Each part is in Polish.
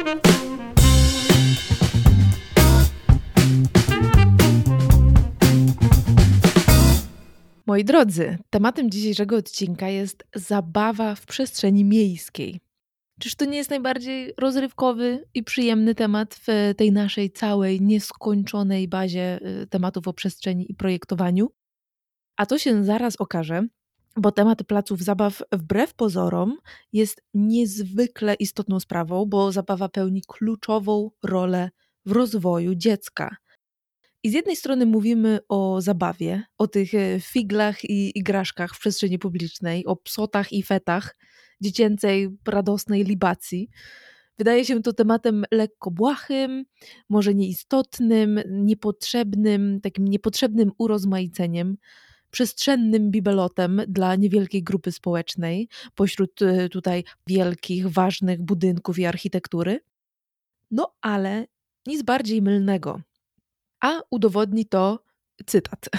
Moi drodzy, tematem dzisiejszego odcinka jest zabawa w przestrzeni miejskiej. Czyż to nie jest najbardziej rozrywkowy i przyjemny temat w tej naszej całej nieskończonej bazie tematów o przestrzeni i projektowaniu? A to się zaraz okaże, bo temat placów zabaw wbrew pozorom jest niezwykle istotną sprawą, bo zabawa pełni kluczową rolę w rozwoju dziecka. I z jednej strony mówimy o zabawie, o tych figlach i igraszkach w przestrzeni publicznej, o psotach i fetach, dziecięcej, radosnej libacji. Wydaje się to tematem lekko błahym, może nieistotnym, niepotrzebnym, takim niepotrzebnym urozmaiceniem, przestrzennym bibelotem dla niewielkiej grupy społecznej pośród tutaj wielkich, ważnych budynków i architektury. No ale nic bardziej mylnego. A udowodni to cytat.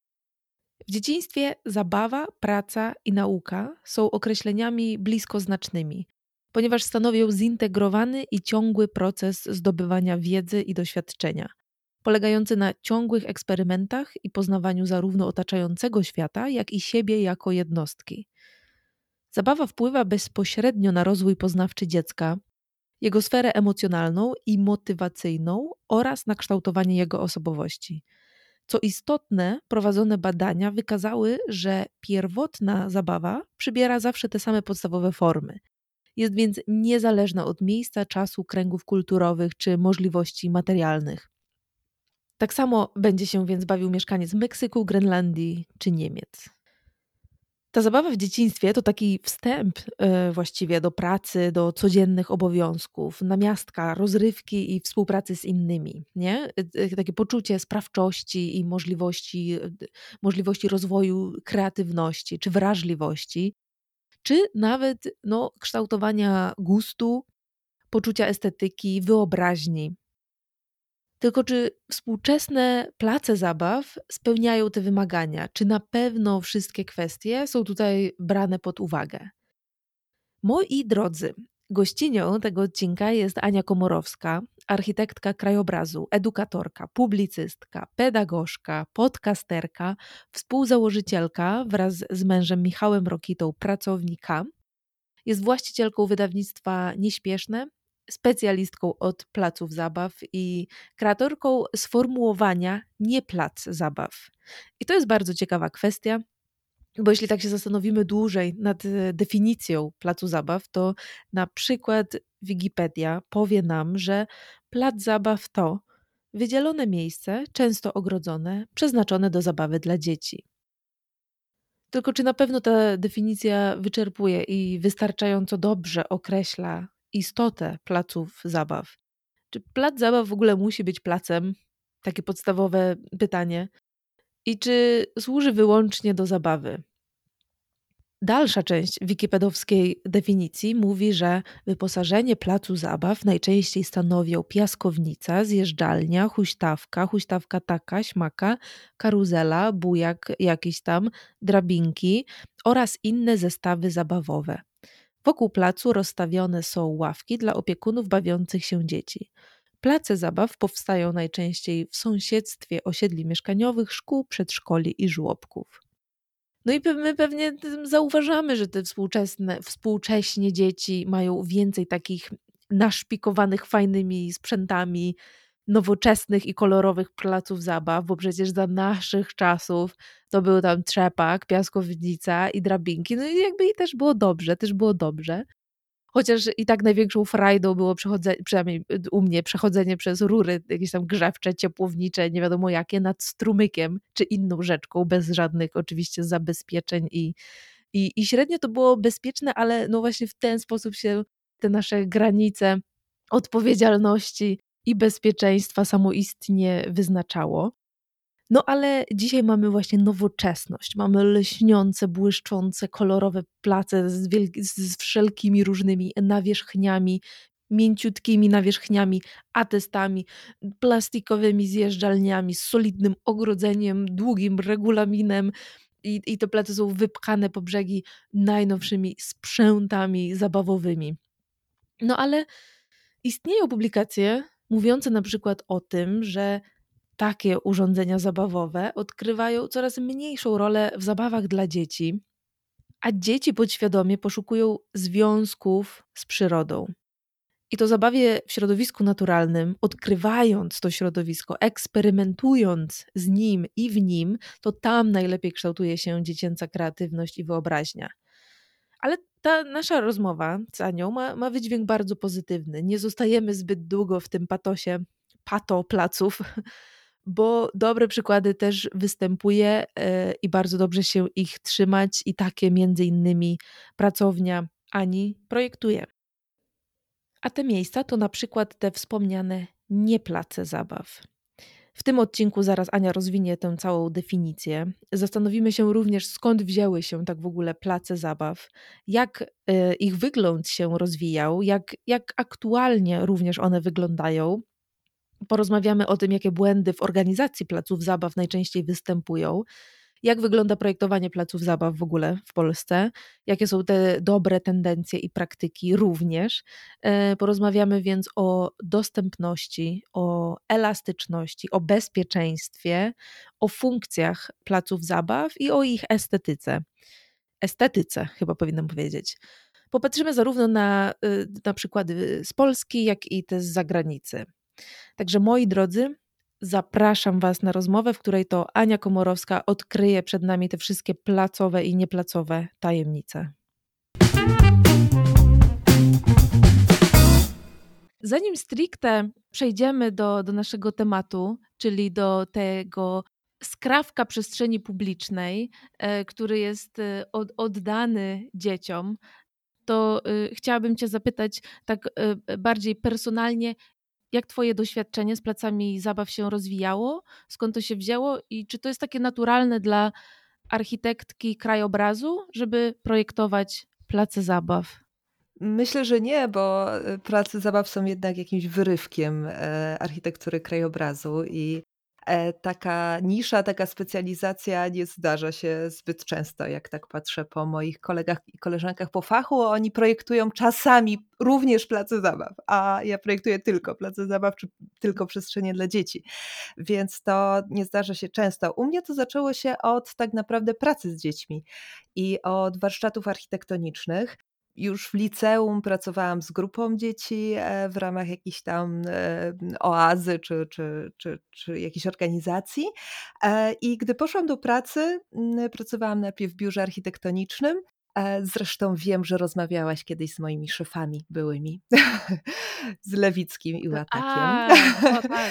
W dzieciństwie zabawa, praca i nauka są określeniami bliskoznacznymi, ponieważ stanowią zintegrowany i ciągły proces zdobywania wiedzy i doświadczenia, polegający na ciągłych eksperymentach i poznawaniu zarówno otaczającego świata, jak i siebie jako jednostki. Zabawa wpływa bezpośrednio na rozwój poznawczy dziecka, jego sferę emocjonalną i motywacyjną oraz na kształtowanie jego osobowości. Co istotne, prowadzone badania wykazały, że pierwotna zabawa przybiera zawsze te same podstawowe formy. Jest więc niezależna od miejsca, czasu, kręgów kulturowych czy możliwości materialnych. Tak samo będzie się więc bawił mieszkaniec Meksyku, Grenlandii czy Niemiec. Ta zabawa w dzieciństwie to taki wstęp właściwie do pracy, do codziennych obowiązków, namiastka, rozrywki i współpracy z innymi, nie? Takie poczucie sprawczości i możliwości rozwoju kreatywności czy wrażliwości, czy nawet kształtowania gustu, poczucia estetyki, wyobraźni. Tylko czy współczesne place zabaw spełniają te wymagania? Czy na pewno wszystkie kwestie są tutaj brane pod uwagę? Moi drodzy, gościnią tego odcinka jest Ania Komorowska, architektka krajobrazu, edukatorka, publicystka, pedagogzka, podcasterka, współzałożycielka wraz z mężem Michałem Rokitą pracownika. Jest właścicielką wydawnictwa Nieśpieszne, specjalistką od placów zabaw i kreatorką sformułowania nie plac zabaw. I to jest bardzo ciekawa kwestia, bo jeśli tak się zastanowimy dłużej nad definicją placu zabaw, to na przykład Wikipedia powie nam, że plac zabaw to wydzielone miejsce, często ogrodzone, przeznaczone do zabawy dla dzieci. Tylko czy na pewno ta definicja wyczerpuje i wystarczająco dobrze określa istotę placów zabaw? Czy plac zabaw w ogóle musi być placem? Takie podstawowe pytanie. I czy służy wyłącznie do zabawy? Dalsza część wikipedowskiej definicji mówi, że wyposażenie placu zabaw najczęściej stanowią piaskownica, zjeżdżalnia, huśtawka taka, śmaka, karuzela, bujak jakiś tam, drabinki oraz inne zestawy zabawowe. Wokół placu rozstawione są ławki dla opiekunów bawiących się dzieci. Place zabaw powstają najczęściej w sąsiedztwie osiedli mieszkaniowych, szkół, przedszkoli i żłobków. No i my pewnie zauważamy, że te współcześnie dzieci mają więcej takich naszpikowanych fajnymi sprzętami, nowoczesnych i kolorowych placów zabaw, bo przecież za naszych czasów to był tam trzepak, piaskownica i drabinki. No i jakby i też było dobrze. Chociaż i tak największą frajdą było przynajmniej u mnie, przechodzenie przez rury jakieś tam grzewcze, ciepłownicze, nie wiadomo jakie, nad strumykiem czy inną rzeczką, bez żadnych oczywiście zabezpieczeń i średnio to było bezpieczne, ale no właśnie w ten sposób się te nasze granice odpowiedzialności i bezpieczeństwa samoistnie wyznaczało. No ale dzisiaj mamy właśnie nowoczesność, mamy lśniące, błyszczące, kolorowe place z wszelkimi różnymi nawierzchniami, mięciutkimi nawierzchniami, atestami, plastikowymi zjeżdżalniami, z solidnym ogrodzeniem, długim regulaminem i te place są wypchane po brzegi najnowszymi sprzętami zabawowymi. No ale Istnieją publikacje mówiące na przykład o tym, że takie urządzenia zabawowe odgrywają coraz mniejszą rolę w zabawach dla dzieci, a dzieci podświadomie poszukują związków z przyrodą. I to zabawie w środowisku naturalnym, odkrywając to środowisko, eksperymentując z nim i w nim, to tam najlepiej kształtuje się dziecięca kreatywność i wyobraźnia. Ale ta nasza rozmowa z Anią ma wydźwięk bardzo pozytywny. Nie zostajemy zbyt długo w tym patosie placów, bo dobre przykłady też występuje i bardzo dobrze się ich trzymać i takie między innymi pracownia Ani projektuje. A te miejsca to na przykład te wspomniane nieplace zabaw. W tym odcinku zaraz Ania rozwinie tę całą definicję. Zastanowimy się również, skąd wzięły się tak w ogóle place zabaw, jak ich wygląd się rozwijał, jak aktualnie również one wyglądają. Porozmawiamy o tym, jakie błędy w organizacji placów zabaw najczęściej występują, jak wygląda projektowanie placów zabaw w ogóle w Polsce, jakie są te dobre tendencje i praktyki również. Porozmawiamy więc o dostępności, o elastyczności, o bezpieczeństwie, o funkcjach placów zabaw i o ich estetyce. Estetyce chyba powinnam powiedzieć. Popatrzymy zarówno na przykłady z Polski, jak i te z zagranicy. Także moi drodzy, zapraszam Was na rozmowę, w której to Ania Komorowska odkryje przed nami te wszystkie placowe i nieplacowe tajemnice. Zanim stricte przejdziemy do naszego tematu, czyli do tego skrawka przestrzeni publicznej, który jest oddany dzieciom, to chciałabym Cię zapytać tak bardziej personalnie, jak Twoje doświadczenie z placami zabaw się rozwijało? Skąd to się wzięło? I czy to jest takie naturalne dla architektki krajobrazu, żeby projektować place zabaw? Myślę, że nie, bo place zabaw są jednak jakimś wyrywkiem architektury krajobrazu i taka nisza, taka specjalizacja nie zdarza się zbyt często. Jak tak patrzę po moich kolegach i koleżankach po fachu, oni projektują czasami również place zabaw, a ja projektuję tylko place zabaw czy tylko przestrzenie dla dzieci. Więc to nie zdarza się często. U mnie to zaczęło się od tak naprawdę pracy z dziećmi i od warsztatów architektonicznych. Już w liceum pracowałam z grupą dzieci w ramach jakiejś tam oazy czy jakiejś organizacji. I gdy poszłam do pracy, pracowałam najpierw w biurze architektonicznym. Zresztą wiem, że rozmawiałaś kiedyś z moimi szefami byłymi, z Lewickim i Łatakiem. O tak.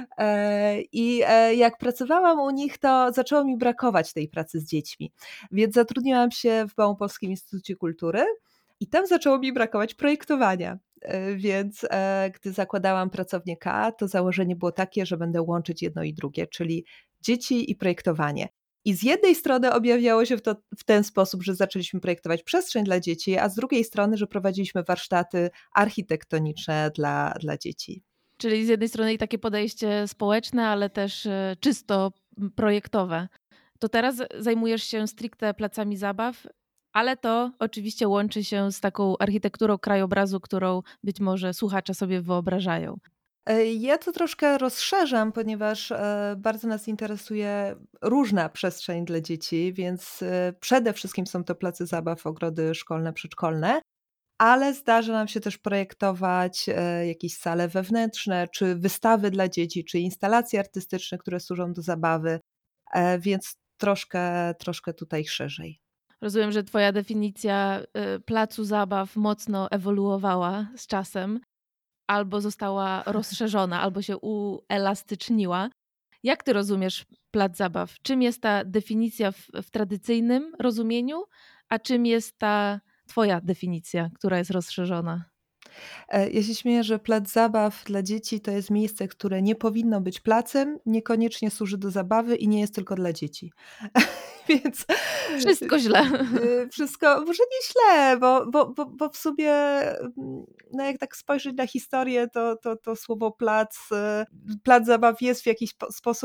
I jak pracowałam u nich, to zaczęło mi brakować tej pracy z dziećmi. Więc zatrudniłam się w Małopolskim Instytucie Kultury. I tam zaczęło mi brakować projektowania, więc gdy zakładałam pracownię K, to założenie było takie, że będę łączyć jedno i drugie, czyli dzieci i projektowanie. I z jednej strony objawiało się to w ten sposób, że zaczęliśmy projektować przestrzeń dla dzieci, a z drugiej strony, że prowadziliśmy warsztaty architektoniczne dla dzieci. Czyli z jednej strony i takie podejście społeczne, ale też czysto projektowe. To teraz zajmujesz się stricte placami zabaw, ale to oczywiście łączy się z taką architekturą krajobrazu, którą być może słuchacze sobie wyobrażają. Ja to troszkę rozszerzam, ponieważ bardzo nas interesuje różna przestrzeń dla dzieci, więc przede wszystkim są to place zabaw, ogrody szkolne, przedszkolne, ale zdarza nam się też projektować jakieś sale wewnętrzne, czy wystawy dla dzieci, czy instalacje artystyczne, które służą do zabawy, więc troszkę tutaj szerzej. Rozumiem, że Twoja definicja placu zabaw mocno ewoluowała z czasem, albo została rozszerzona, albo się uelastyczniła. Jak Ty rozumiesz plac zabaw? Czym jest ta definicja w tradycyjnym rozumieniu, a czym jest ta Twoja definicja, która jest rozszerzona? Ja się śmieję, że plac zabaw dla dzieci to jest miejsce, które nie powinno być placem, niekoniecznie służy do zabawy i nie jest tylko dla dzieci. Więc Wszystko źle. Wszystko może nie źle, bo w sumie no jak tak spojrzeć na historię, to słowo plac zabaw jest w jakiś sposób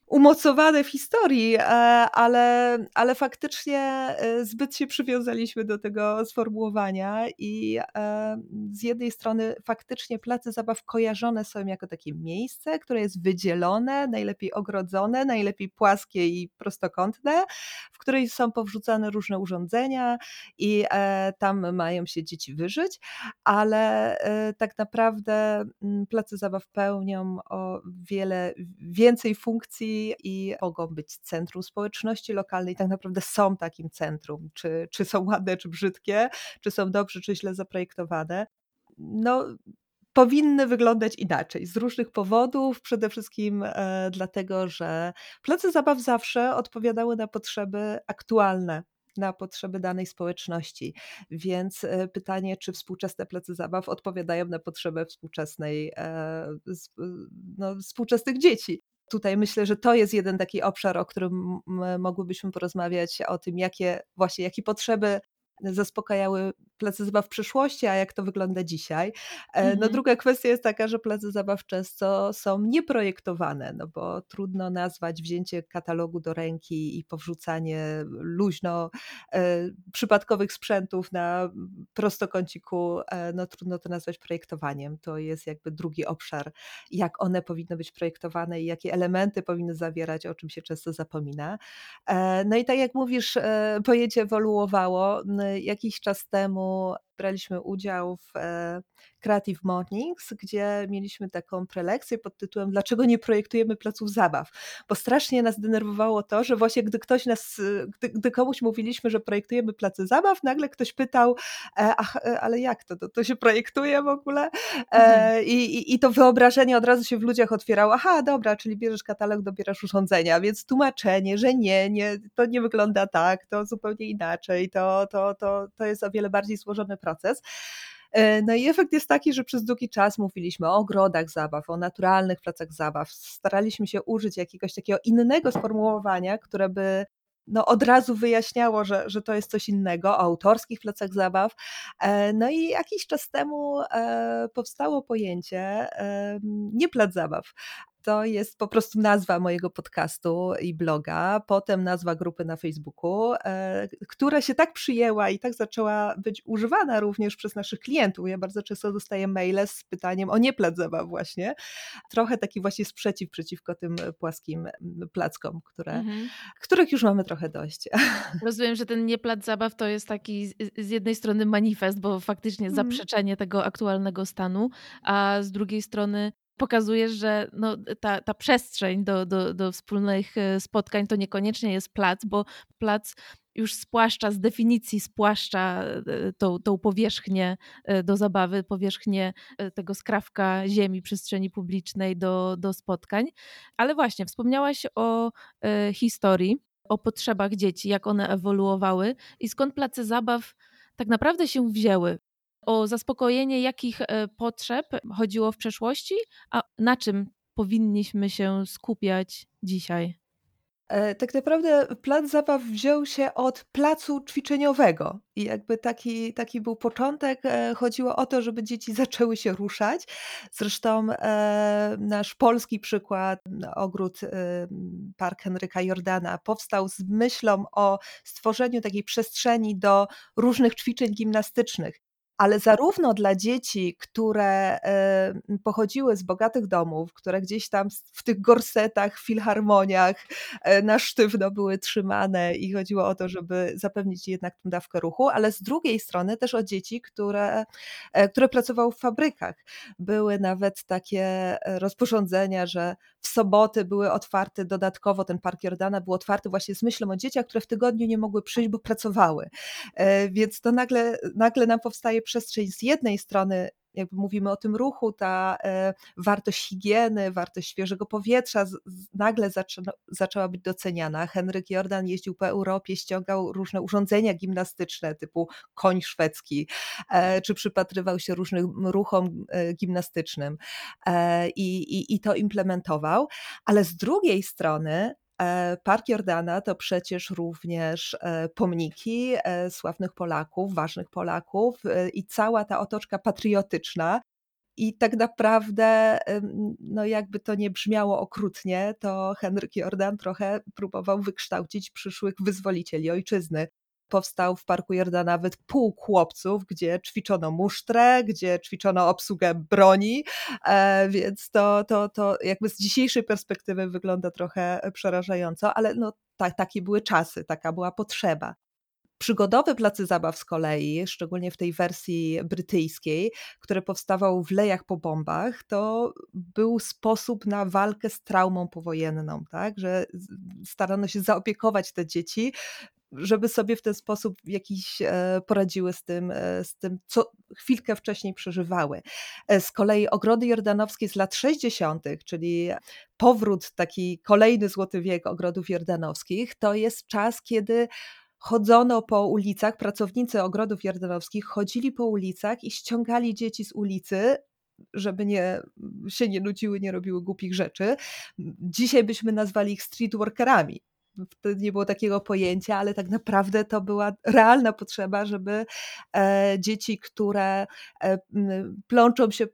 umocowane w historii, ale faktycznie zbyt się przywiązaliśmy do tego sformułowania i z jednej strony faktycznie place zabaw kojarzone są jako takie miejsce, które jest wydzielone, najlepiej ogrodzone, najlepiej płaskie i prostokątne, w której są powrzucane różne urządzenia i tam mają się dzieci wyżyć, ale tak naprawdę place zabaw pełnią o wiele więcej funkcji i mogą być centrum społeczności lokalnej. Tak naprawdę są takim centrum. Czy są ładne, czy brzydkie, czy są dobrze, czy źle zaprojektowane. No, powinny wyglądać inaczej z różnych powodów. Przede wszystkim dlatego, że place zabaw zawsze odpowiadały na potrzeby aktualne, na potrzeby danej społeczności. Więc pytanie, czy współczesne place zabaw odpowiadają na potrzebę współczesnych dzieci. Tutaj myślę, że to jest jeden taki obszar, o którym mogłybyśmy porozmawiać, o tym, jakie potrzeby zaspokajały place zabaw w przeszłości, a jak to wygląda dzisiaj. No Mhm. druga kwestia jest taka, że place zabaw często są nieprojektowane, no bo trudno nazwać wzięcie katalogu do ręki i powrzucanie luźno przypadkowych sprzętów na prostokąciku, no trudno to nazwać projektowaniem. To jest jakby drugi obszar, jak one powinny być projektowane i jakie elementy powinny zawierać, o czym się często zapomina. No i tak jak mówisz, pojęcie ewoluowało. Jakiś czas temu braliśmy udział w Creative Mornings, gdzie mieliśmy taką prelekcję pod tytułem „Dlaczego nie projektujemy placów zabaw?”, bo strasznie nas denerwowało to, że właśnie gdy komuś mówiliśmy, że projektujemy place zabaw, nagle ktoś pytał: „Ach, ale jak to? To się projektuje w ogóle?” Mhm. I to wyobrażenie od razu się w ludziach otwierało: „Aha, dobra, czyli bierzesz katalog, dobierasz urządzenia”, więc tłumaczenie, że nie, to nie wygląda tak, to zupełnie inaczej, to jest o wiele bardziej złożony proces. No i efekt jest taki, że przez długi czas mówiliśmy o ogrodach zabaw, o naturalnych placach zabaw. Staraliśmy się użyć jakiegoś takiego innego sformułowania, które by no, od razu wyjaśniało, że to jest coś innego, o autorskich placach zabaw. No i jakiś czas temu powstało pojęcie nie plac zabaw. To jest po prostu nazwa mojego podcastu i bloga, potem nazwa grupy na Facebooku, która się tak przyjęła i tak zaczęła być używana również przez naszych klientów. Ja bardzo często dostaję maile z pytaniem o nie plac zabaw właśnie. Trochę taki właśnie sprzeciw przeciwko tym płaskim plackom, Mhm. których już mamy trochę dość. Rozumiem, że ten nie plac zabaw to jest taki z jednej strony manifest, bo faktycznie Mhm. zaprzeczenie tego aktualnego stanu, a z drugiej strony pokazujesz, że no, ta przestrzeń do wspólnych spotkań to niekoniecznie jest plac, bo plac już spłaszcza, z definicji spłaszcza tą powierzchnię do zabawy, powierzchnię tego skrawka ziemi, przestrzeni publicznej do spotkań. Ale właśnie, wspomniałaś o historii, o potrzebach dzieci, jak one ewoluowały i skąd place zabaw tak naprawdę się wzięły. O zaspokojenie jakich potrzeb chodziło w przeszłości, a na czym powinniśmy się skupiać dzisiaj? Tak naprawdę plac zabaw wziął się od placu ćwiczeniowego i jakby taki był początek. Chodziło o to, żeby dzieci zaczęły się ruszać. Zresztą nasz polski przykład, ogród, park Henryka Jordana powstał z myślą o stworzeniu takiej przestrzeni do różnych ćwiczeń gimnastycznych. Ale zarówno dla dzieci, które pochodziły z bogatych domów, które gdzieś tam w tych gorsetach, filharmoniach na sztywno były trzymane i chodziło o to, żeby zapewnić jednak tę dawkę ruchu, ale z drugiej strony też o dzieci, które pracowały w fabrykach. Były nawet takie rozporządzenia, że w soboty były otwarte dodatkowo, ten park Jordana był otwarty właśnie z myślą o dzieciach, które w tygodniu nie mogły przyjść, bo pracowały. Więc to nagle nam powstaje przestrzeń z jednej strony, jakby mówimy o tym ruchu, ta wartość higieny, wartość świeżego powietrza nagle zaczęła być doceniana. Henryk Jordan jeździł po Europie, ściągał różne urządzenia gimnastyczne typu koń szwedzki, czy przypatrywał się różnym ruchom gimnastycznym i to implementował. Ale z drugiej strony Park Jordana to przecież również pomniki sławnych Polaków, ważnych Polaków i cała ta otoczka patriotyczna. I tak naprawdę, no jakby to nie brzmiało okrutnie, to Henryk Jordan trochę próbował wykształcić przyszłych wyzwolicieli ojczyzny. Powstał w Parku Jordana nawet pułk chłopców, gdzie ćwiczono musztrę, gdzie ćwiczono obsługę broni, więc to jakby z dzisiejszej perspektywy wygląda trochę przerażająco, ale no takie były czasy, taka była potrzeba. Przygodowe placy zabaw z kolei, szczególnie w tej wersji brytyjskiej, który powstawał w Lejach po bombach, to był sposób na walkę z traumą powojenną, tak? Że starano się zaopiekować te dzieci, żeby sobie w ten sposób jakiś poradziły z tym, co chwilkę wcześniej przeżywały. Z kolei ogrody jordanowskie z lat 60., czyli powrót, taki kolejny złoty wiek ogrodów jordanowskich, to jest czas, kiedy chodzono po ulicach, pracownicy ogrodów jordanowskich chodzili po ulicach i ściągali dzieci z ulicy, żeby się nie nudziły, nie robiły głupich rzeczy. Dzisiaj byśmy nazwali ich street workerami. Wtedy nie było takiego pojęcia, ale tak naprawdę to była realna potrzeba, żeby dzieci, które plączą się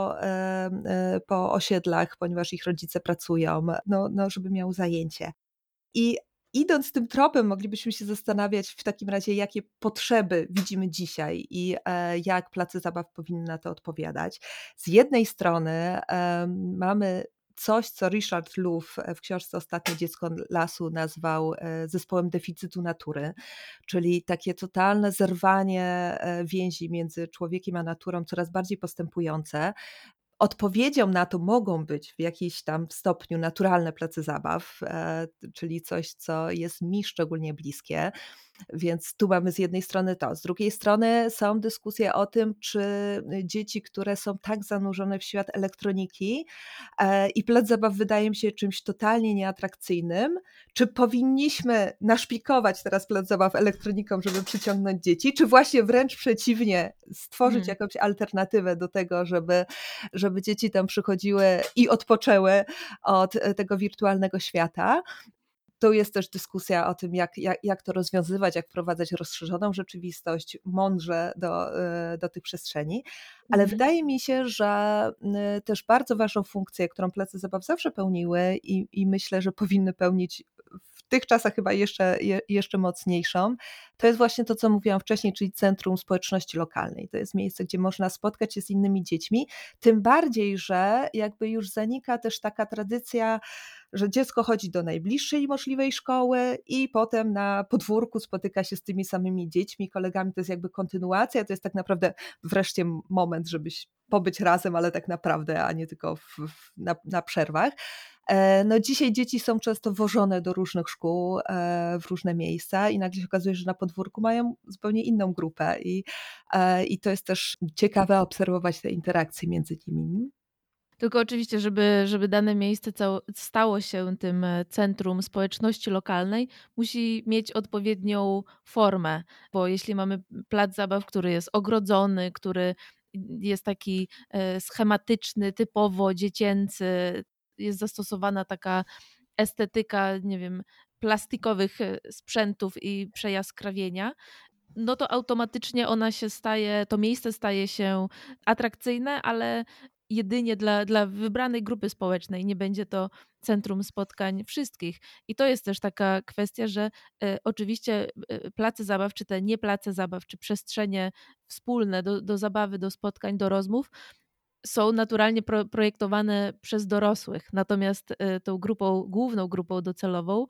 po osiedlach, ponieważ ich rodzice pracują, no żeby miały zajęcie. I idąc tym tropem, moglibyśmy się zastanawiać w takim razie, jakie potrzeby widzimy dzisiaj i jak place zabaw powinny na to odpowiadać. Z jednej strony mamy coś, co Richard Louv w książce Ostatnie dziecko lasu nazwał zespołem deficytu natury, czyli takie totalne zerwanie więzi między człowiekiem a naturą, coraz bardziej postępujące. Odpowiedzią na to mogą być w jakimś tam stopniu naturalne place zabaw, czyli coś, co jest mi szczególnie bliskie. Więc tu mamy z jednej strony to. Z drugiej strony są dyskusje o tym, czy dzieci, które są tak zanurzone w świat elektroniki i plac zabaw wydaje mi się czymś totalnie nieatrakcyjnym, czy powinniśmy naszpikować teraz plac zabaw elektroniką, żeby przyciągnąć dzieci, czy właśnie wręcz przeciwnie, stworzyć jakąś alternatywę do tego, żeby dzieci tam przychodziły i odpoczęły od tego wirtualnego świata. Tu jest też dyskusja o tym, jak to rozwiązywać, jak wprowadzać rozszerzoną rzeczywistość mądrze do tych przestrzeni. Ale wydaje mi się, że też bardzo ważną funkcję, którą place zabaw zawsze pełniły i myślę, że powinny pełnić w tych czasach chyba jeszcze mocniejszą, to jest właśnie to, co mówiłam wcześniej, czyli centrum społeczności lokalnej. To jest miejsce, gdzie można spotkać się z innymi dziećmi, tym bardziej, że jakby już zanika też taka tradycja, że dziecko chodzi do najbliższej możliwej szkoły i potem na podwórku spotyka się z tymi samymi dziećmi, kolegami. To jest jakby kontynuacja, to jest tak naprawdę wreszcie moment, żeby pobyć razem, ale tak naprawdę, a nie tylko na przerwach. No dzisiaj dzieci są często wożone do różnych szkół, w różne miejsca i nagle się okazuje, że na podwórku mają zupełnie inną grupę i to jest też ciekawe obserwować te interakcje między nimi. Tylko oczywiście, żeby dane miejsce stało się tym centrum społeczności lokalnej, musi mieć odpowiednią formę, bo jeśli mamy plac zabaw, który jest ogrodzony, który jest taki schematyczny, typowo dziecięcy, jest zastosowana taka estetyka, nie wiem, plastikowych sprzętów i przejaskrawienia, no to automatycznie to miejsce staje się atrakcyjne, ale jedynie dla wybranej grupy społecznej. Nie będzie to centrum spotkań wszystkich. I to jest też taka kwestia, że oczywiście place zabaw, czy te nie place zabaw, czy przestrzenie wspólne do zabawy, do spotkań, do rozmów są naturalnie projektowane przez dorosłych. Natomiast tą główną grupą docelową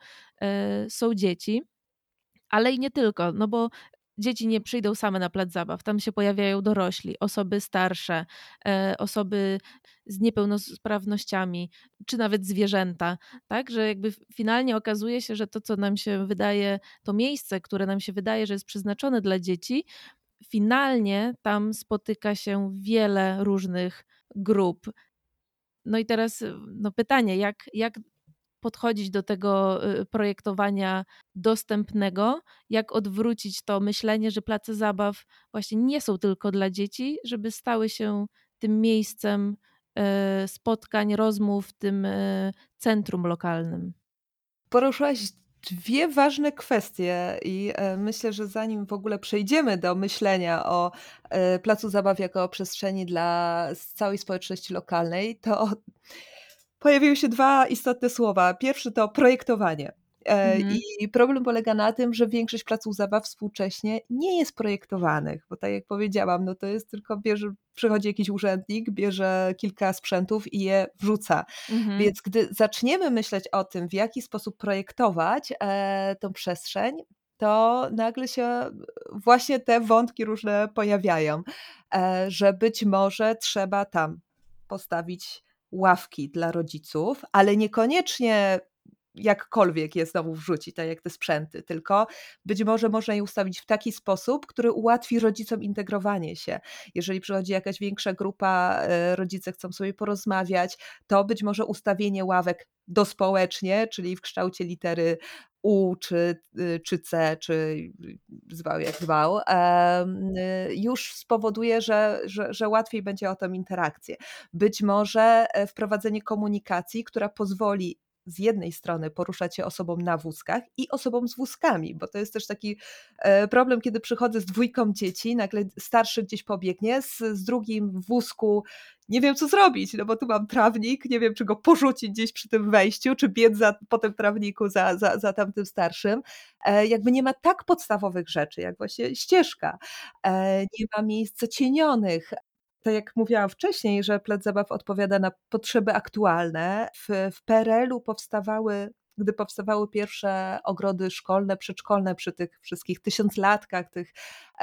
są dzieci, ale i nie tylko, no bo dzieci nie przyjdą same na plac zabaw, tam się pojawiają dorośli, osoby starsze, osoby z niepełnosprawnościami, czy nawet zwierzęta, tak, że jakby finalnie okazuje się, że to, co nam się wydaje, to miejsce, które nam się wydaje, że jest przeznaczone dla dzieci, finalnie tam spotyka się wiele różnych grup. No i teraz pytanie, jak podchodzić do tego projektowania dostępnego, jak odwrócić to myślenie, że place zabaw właśnie nie są tylko dla dzieci, żeby stały się tym miejscem spotkań, rozmów, tym centrum lokalnym. Poruszyłaś Dwie ważne kwestie i myślę, że zanim w ogóle przejdziemy do myślenia o placu zabaw jako o przestrzeni dla całej społeczności lokalnej, to pojawiły się dwa istotne słowa. Pierwszy to projektowanie. Mhm. I problem polega na tym, że większość placów zabaw współcześnie nie jest projektowanych, bo tak jak powiedziałam, no to jest tylko przychodzi jakiś urzędnik, bierze kilka sprzętów i je wrzuca. Mhm. Więc gdy zaczniemy myśleć o tym, w jaki sposób projektować tą przestrzeń, to nagle się właśnie te wątki różne pojawiają, że być może trzeba tam postawić ławki dla rodziców, ale niekoniecznie jakkolwiek je znowu wrzucić, tak jak te sprzęty, tylko być może można je ustawić w taki sposób, który ułatwi rodzicom integrowanie się. Jeżeli przychodzi jakaś większa grupa, rodzice chcą sobie porozmawiać, to być może ustawienie ławek dospołecznie, czyli w kształcie litery U czy C, czy zwał jak zwał, już spowoduje, że łatwiej będzie o tę interakcję. Być może wprowadzenie komunikacji, która pozwoli z jednej strony poruszać się osobom na wózkach i osobom z wózkami, bo to jest też taki problem, kiedy przychodzę z dwójką dzieci, nagle starszy gdzieś pobiegnie, z drugim w wózku nie wiem co zrobić, no bo tu mam trawnik, nie wiem czy go porzucić gdzieś przy tym wejściu, czy biec po tym trawniku za tamtym starszym. Jakby nie ma tak podstawowych rzeczy, jak właśnie ścieżka, nie ma miejsc zacienionych, tak jak mówiłam wcześniej, że plac zabaw odpowiada na potrzeby aktualne. W PRL-u gdy powstawały pierwsze ogrody szkolne, przedszkolne przy tych wszystkich tysiąclatkach, tych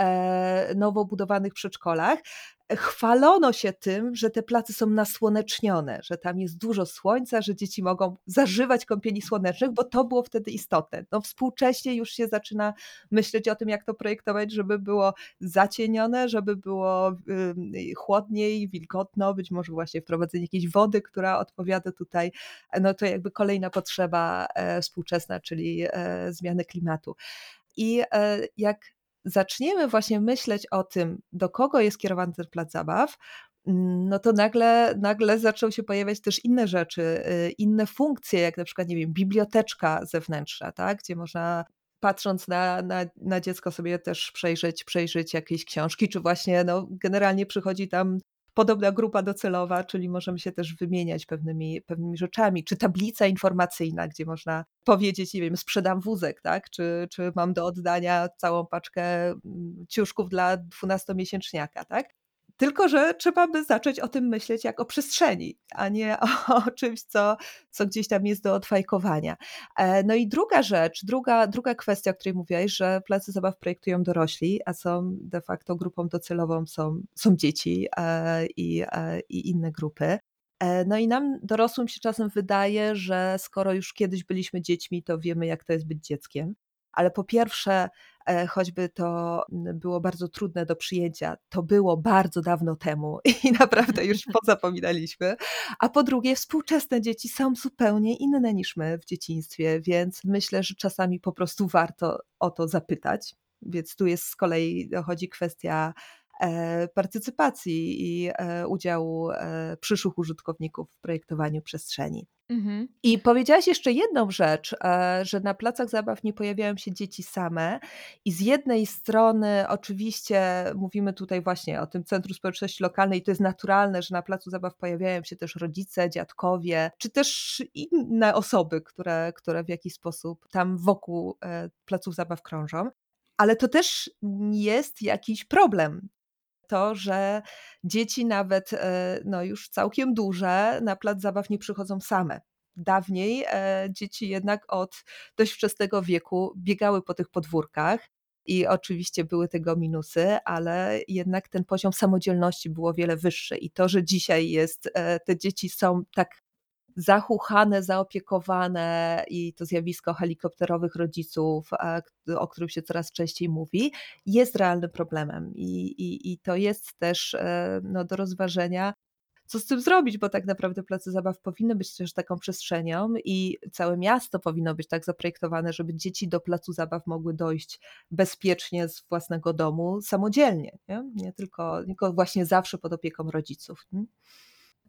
nowo budowanych przedszkolach, chwalono się tym, że te place są nasłonecznione, że tam jest dużo słońca, że dzieci mogą zażywać kąpieli słonecznych, bo to było wtedy istotne. No, współcześnie już się zaczyna myśleć o tym, jak to projektować, żeby było zacienione, żeby było chłodniej, wilgotno, być może właśnie wprowadzenie jakiejś wody, która odpowiada tutaj, no to jakby kolejna potrzeba współczesna, czyli zmiany klimatu. I jak zaczniemy właśnie myśleć o tym, do kogo jest kierowany ten plac zabaw, no to nagle zaczną się pojawiać też inne rzeczy, inne funkcje, jak na przykład, nie wiem, biblioteczka zewnętrzna, tak, gdzie można patrząc na dziecko sobie też przejrzeć jakieś książki, czy właśnie no, generalnie przychodzi tam podobna grupa docelowa, czyli możemy się też wymieniać pewnymi rzeczami, czy tablica informacyjna, gdzie można powiedzieć, nie wiem, sprzedam wózek, tak, czy mam do oddania całą paczkę ciuszków dla 12-miesięczniaka, tak. Tylko że trzeba by zacząć o tym myśleć jak o przestrzeni, a nie o czymś, co gdzieś tam jest do odfajkowania. No i druga rzecz, druga kwestia, o której mówiłaś, że place zabaw projektują dorośli, a są de facto grupą docelową są dzieci i inne grupy. No i nam dorosłym się czasem wydaje, że skoro już kiedyś byliśmy dziećmi, to wiemy jak to jest być dzieckiem. Ale po pierwsze, choćby to było bardzo trudne do przyjęcia, to było bardzo dawno temu i naprawdę już pozapominaliśmy. A po drugie, współczesne dzieci są zupełnie inne niż my w dzieciństwie, więc myślę, że czasami po prostu warto o to zapytać. Więc tu jest z kolei dochodzi kwestia partycypacji i udziału przyszłych użytkowników w projektowaniu przestrzeni. Mhm. I powiedziałaś jeszcze jedną rzecz, że na placach zabaw nie pojawiają się dzieci same i z jednej strony oczywiście mówimy tutaj właśnie o tym Centrum Społeczności Lokalnej, to jest naturalne, że na placu zabaw pojawiają się też rodzice, dziadkowie, czy też inne osoby, które w jakiś sposób tam wokół placów zabaw krążą, ale to też jest jakiś problem. To, że dzieci nawet, no już całkiem duże na plac zabaw nie przychodzą same. Dawniej, dzieci jednak od dość wczesnego wieku biegały po tych podwórkach i oczywiście były tego minusy, ale jednak ten poziom samodzielności było o wiele wyższy i to, że dzisiaj te dzieci są tak zachuchane, zaopiekowane i to zjawisko helikopterowych rodziców, o którym się coraz częściej mówi, jest realnym problemem i to jest też, no, do rozważenia, co z tym zrobić, bo tak naprawdę place zabaw powinny być też taką przestrzenią i całe miasto powinno być tak zaprojektowane, żeby dzieci do placu zabaw mogły dojść bezpiecznie z własnego domu, samodzielnie, nie tylko właśnie zawsze pod opieką rodziców.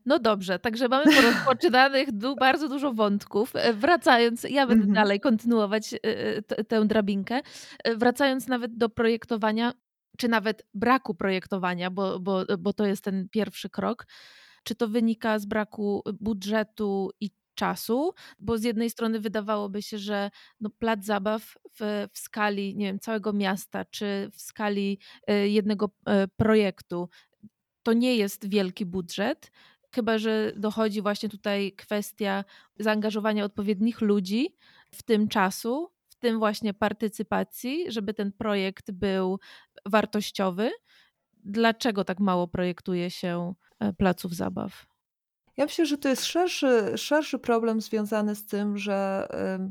No dobrze, także mamy porozpoczynanych bardzo dużo wątków. Wracając, ja będę Mhm. dalej kontynuować tę drabinkę. Wracając nawet do projektowania, czy nawet braku projektowania, bo to jest ten pierwszy krok. Czy to wynika z braku budżetu i czasu? Bo z jednej strony wydawałoby się, że no plac zabaw w skali, nie wiem, całego miasta, czy w skali jednego projektu to nie jest wielki budżet, chyba że dochodzi właśnie tutaj kwestia zaangażowania odpowiednich ludzi, w tym czasu, w tym właśnie partycypacji, żeby ten projekt był wartościowy. Dlaczego tak mało projektuje się placów zabaw? Ja myślę, że to jest szerszy problem związany z tym, że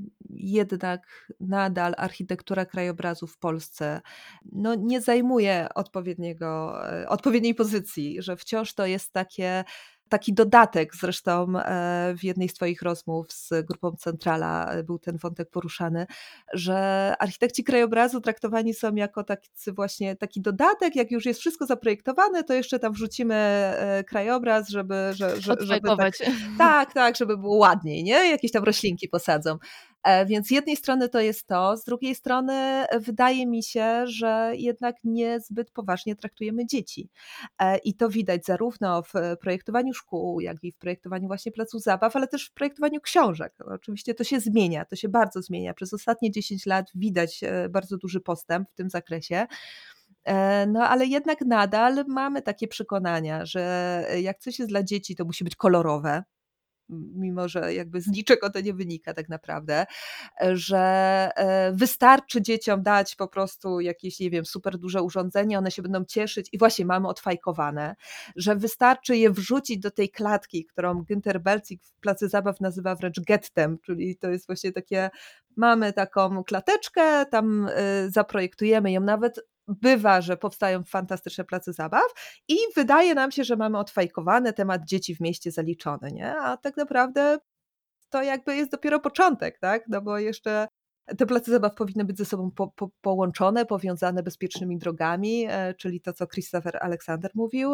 jednak nadal architektura krajobrazu w Polsce no, nie zajmuje odpowiedniej pozycji, że wciąż to jest taki dodatek. Zresztą w jednej z Twoich rozmów z grupą Centrala był ten wątek poruszany, że architekci krajobrazu traktowani są jako taki dodatek, jak już jest wszystko zaprojektowane, to jeszcze tam wrzucimy krajobraz, żeby Odfajkować. tak, żeby było ładniej, nie? Jakieś tam roślinki posadzą. Więc z jednej strony to jest to, z drugiej strony wydaje mi się, że jednak niezbyt poważnie traktujemy dzieci. I to widać zarówno w projektowaniu szkół, jak i w projektowaniu właśnie placów zabaw, ale też w projektowaniu książek. No, oczywiście to się zmienia, to się bardzo zmienia. Przez ostatnie 10 lat widać bardzo duży postęp w tym zakresie. No ale jednak nadal mamy takie przekonania, że jak coś jest dla dzieci, to musi być kolorowe, mimo że jakby z niczego to nie wynika tak naprawdę, że wystarczy dzieciom dać po prostu jakieś, nie wiem, super duże urządzenie, one się będą cieszyć i właśnie mamy odfajkowane, że wystarczy je wrzucić do tej klatki, którą Günter Belzig w Placu Zabaw nazywa wręcz gettem, czyli to jest właśnie takie, mamy taką klateczkę, tam zaprojektujemy ją, nawet bywa, że powstają fantastyczne place zabaw i wydaje nam się, że mamy odfajkowany temat dzieci w mieście zaliczony, nie? A tak naprawdę to jakby jest dopiero początek, tak? No bo jeszcze te place zabaw powinny być ze sobą połączone, powiązane bezpiecznymi drogami, czyli to, co Christopher Alexander mówił,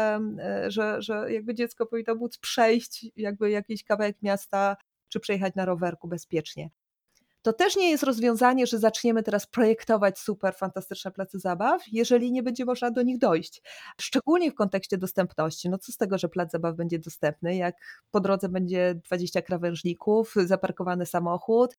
że jakby dziecko powinno móc przejść jakby jakiś kawałek miasta, czy przejechać na rowerku bezpiecznie. To też nie jest rozwiązanie, że zaczniemy teraz projektować super fantastyczne place zabaw, jeżeli nie będzie można do nich dojść. Szczególnie w kontekście dostępności. No co z tego, że plac zabaw będzie dostępny, jak po drodze będzie 20 krawężników, zaparkowany samochód,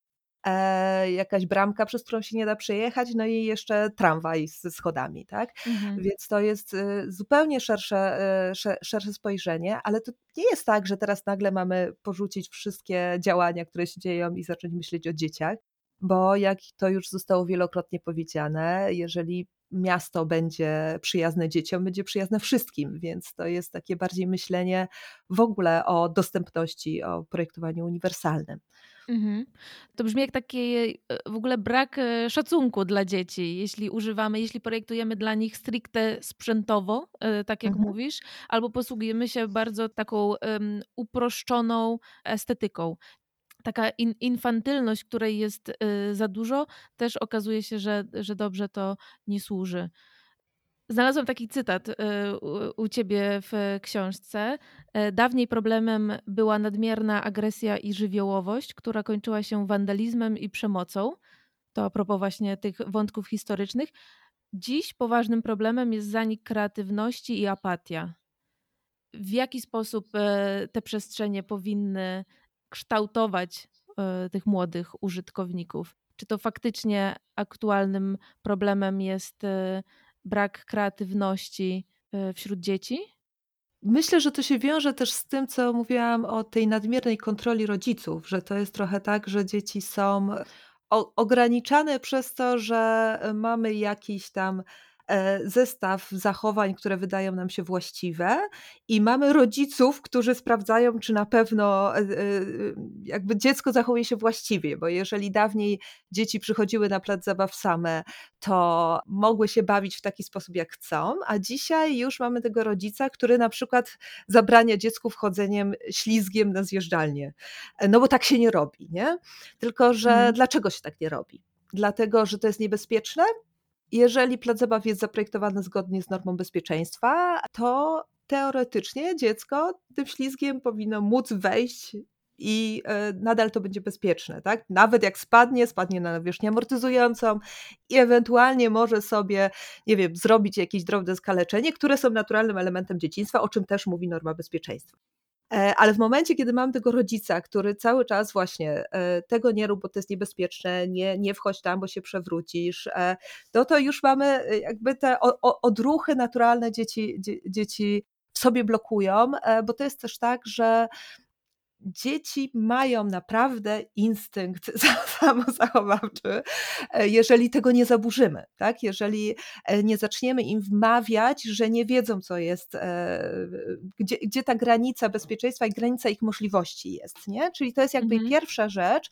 jakaś bramka, przez którą się nie da przejechać, no i jeszcze tramwaj ze schodami, tak? Mhm. Więc to jest zupełnie szersze spojrzenie, ale to nie jest tak, że teraz nagle mamy porzucić wszystkie działania, które się dzieją i zacząć myśleć o dzieciach, bo jak to już zostało wielokrotnie powiedziane, jeżeli miasto będzie przyjazne dzieciom, będzie przyjazne wszystkim, więc to jest takie bardziej myślenie w ogóle o dostępności, o projektowaniu uniwersalnym. Mhm. To brzmi jak taki w ogóle brak szacunku dla dzieci, jeśli projektujemy dla nich stricte sprzętowo, tak jak Mhm. mówisz, albo posługujemy się bardzo taką uproszczoną estetyką. Taka infantylność, której jest za dużo, też okazuje się, że dobrze to nie służy. Znalazłam taki cytat u ciebie w książce. Dawniej problemem była nadmierna agresja i żywiołowość, która kończyła się wandalizmem i przemocą. To a propos właśnie tych wątków historycznych. Dziś poważnym problemem jest zanik kreatywności i apatia. W jaki sposób te przestrzenie powinny kształtować tych młodych użytkowników? Czy to faktycznie aktualnym problemem jest brak kreatywności wśród dzieci? Myślę, że to się wiąże też z tym, co mówiłam o tej nadmiernej kontroli rodziców, że to jest trochę tak, że dzieci są ograniczane przez to, że mamy jakiś tam zestaw zachowań, które wydają nam się właściwe i mamy rodziców, którzy sprawdzają, czy na pewno jakby dziecko zachowuje się właściwie, bo jeżeli dawniej dzieci przychodziły na plac zabaw same, to mogły się bawić w taki sposób, jak chcą, a dzisiaj już mamy tego rodzica, który na przykład zabrania dziecku wchodzeniem ślizgiem na zjeżdżalnię. No bo tak się nie robi, nie? Tylko że Mhm. dlaczego się tak nie robi? Dlatego, że to jest niebezpieczne? Jeżeli plac zabaw jest zaprojektowany zgodnie z normą bezpieczeństwa, to teoretycznie dziecko tym ślizgiem powinno móc wejść i nadal to będzie bezpieczne, tak? Nawet jak spadnie na nawierzchnię amortyzującą i ewentualnie może sobie, nie wiem, zrobić jakieś drobne skaleczenie, które są naturalnym elementem dzieciństwa, o czym też mówi norma bezpieczeństwa. Ale w momencie, kiedy mam tego rodzica, który cały czas właśnie tego nie rób, bo to jest niebezpieczne, nie wchodź tam, bo się przewrócisz, to już mamy jakby te odruchy naturalne dzieci w sobie blokują, bo to jest też tak, że dzieci mają naprawdę instynkt samozachowawczy, jeżeli tego nie zaburzymy, tak? Jeżeli nie zaczniemy im wmawiać, że nie wiedzą, co jest, gdzie ta granica bezpieczeństwa i granica ich możliwości jest, nie? Czyli to jest jakby Mhm. pierwsza rzecz,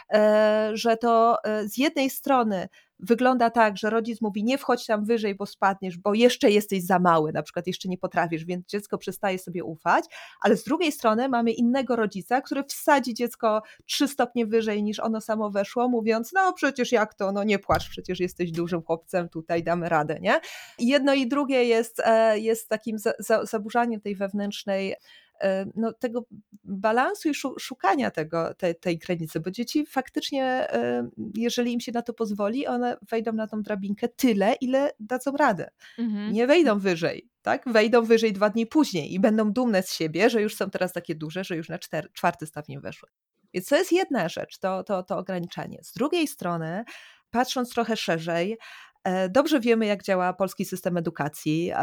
że to z jednej strony wygląda tak, że rodzic mówi: nie wchodź tam wyżej, bo spadniesz, bo jeszcze jesteś za mały, na przykład jeszcze nie potrafisz, więc dziecko przestaje sobie ufać, ale z drugiej strony mamy innego rodzica, który wsadzi dziecko 3 stopnie wyżej niż ono samo weszło, mówiąc: no przecież jak to, no nie płacz, przecież jesteś dużym chłopcem, tutaj damy radę, nie? I jedno i drugie jest takim zaburzaniem tej wewnętrznej, no, tego balansu i szukania tej granicy, bo dzieci faktycznie, jeżeli im się na to pozwoli, one wejdą na tą drabinkę tyle, ile dadzą radę. Mhm. Nie wejdą wyżej, tak? Wejdą wyżej 2 dni później i będą dumne z siebie, że już są teraz takie duże, że już na 4. stopień weszły. Więc to jest jedna rzecz, to ograniczanie. Z drugiej strony, patrząc trochę szerzej, dobrze wiemy, jak działa polski system edukacji,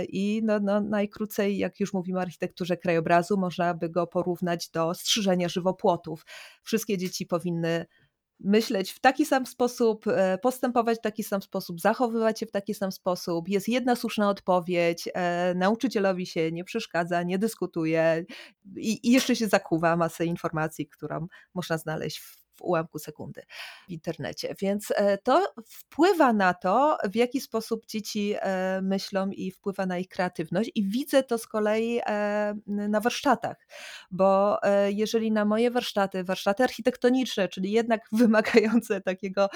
i no, najkrócej, jak już mówimy o architekturze krajobrazu, można by go porównać do strzyżenia żywopłotów. Wszystkie dzieci powinny myśleć w taki sam sposób, postępować w taki sam sposób, zachowywać się w taki sam sposób. Jest jedna słuszna odpowiedź, nauczycielowi się nie przeszkadza, nie dyskutuje i jeszcze się zakuwa masę informacji, którą można znaleźć w ułamku sekundy w internecie. Więc to wpływa na to, w jaki sposób dzieci myślą i wpływa na ich kreatywność. I widzę to z kolei na warsztatach, bo jeżeli na moje warsztaty architektoniczne, czyli jednak wymagające takiego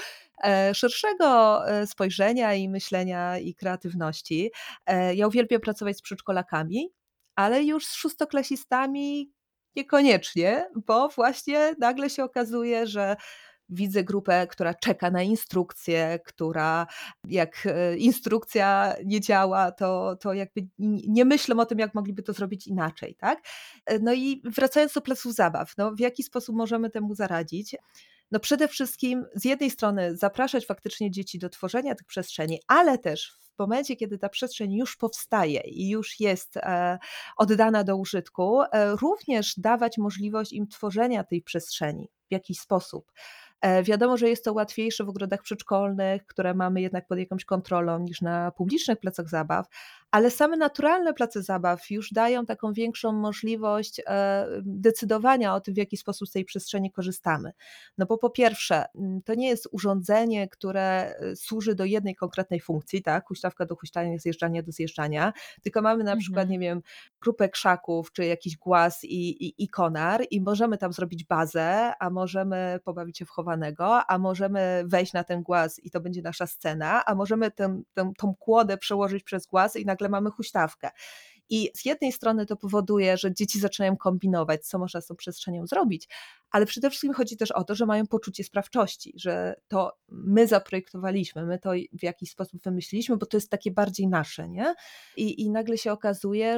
szerszego spojrzenia i myślenia i kreatywności, ja uwielbiam pracować z przedszkolakami, ale już z szóstoklasistami niekoniecznie, bo właśnie nagle się okazuje, że widzę grupę, która czeka na instrukcję, która jak instrukcja nie działa, to jakby nie myślą o tym, jak mogliby to zrobić inaczej, tak? No i wracając do placów zabaw, no w jaki sposób możemy temu zaradzić? No przede wszystkim z jednej strony zapraszać faktycznie dzieci do tworzenia tych przestrzeni, ale też w momencie, kiedy ta przestrzeń już powstaje i już jest oddana do użytku, również dawać możliwość im tworzenia tej przestrzeni w jakiś sposób. Wiadomo, że jest to łatwiejsze w ogrodach przedszkolnych, które mamy jednak pod jakąś kontrolą, niż na publicznych placach zabaw, ale same naturalne place zabaw już dają taką większą możliwość decydowania o tym, w jaki sposób z tej przestrzeni korzystamy. No bo po pierwsze, to nie jest urządzenie, które służy do jednej konkretnej funkcji, tak, huśtawka do huśtania, zjeżdżania do zjeżdżania, tylko mamy na przykład, Mhm. nie wiem, grupę krzaków, czy jakiś głaz i konar i możemy tam zrobić bazę, a możemy pobawić się w chowanego, a możemy wejść na ten głaz i to będzie nasza scena, a możemy tą kłodę przełożyć przez głaz i nagle mamy huśtawkę. I z jednej strony to powoduje, że dzieci zaczynają kombinować, co można z tą przestrzenią zrobić, ale przede wszystkim chodzi też o to, że mają poczucie sprawczości, że to my zaprojektowaliśmy, my to w jakiś sposób wymyśliliśmy, bo to jest takie bardziej nasze, nie? I nagle się okazuje,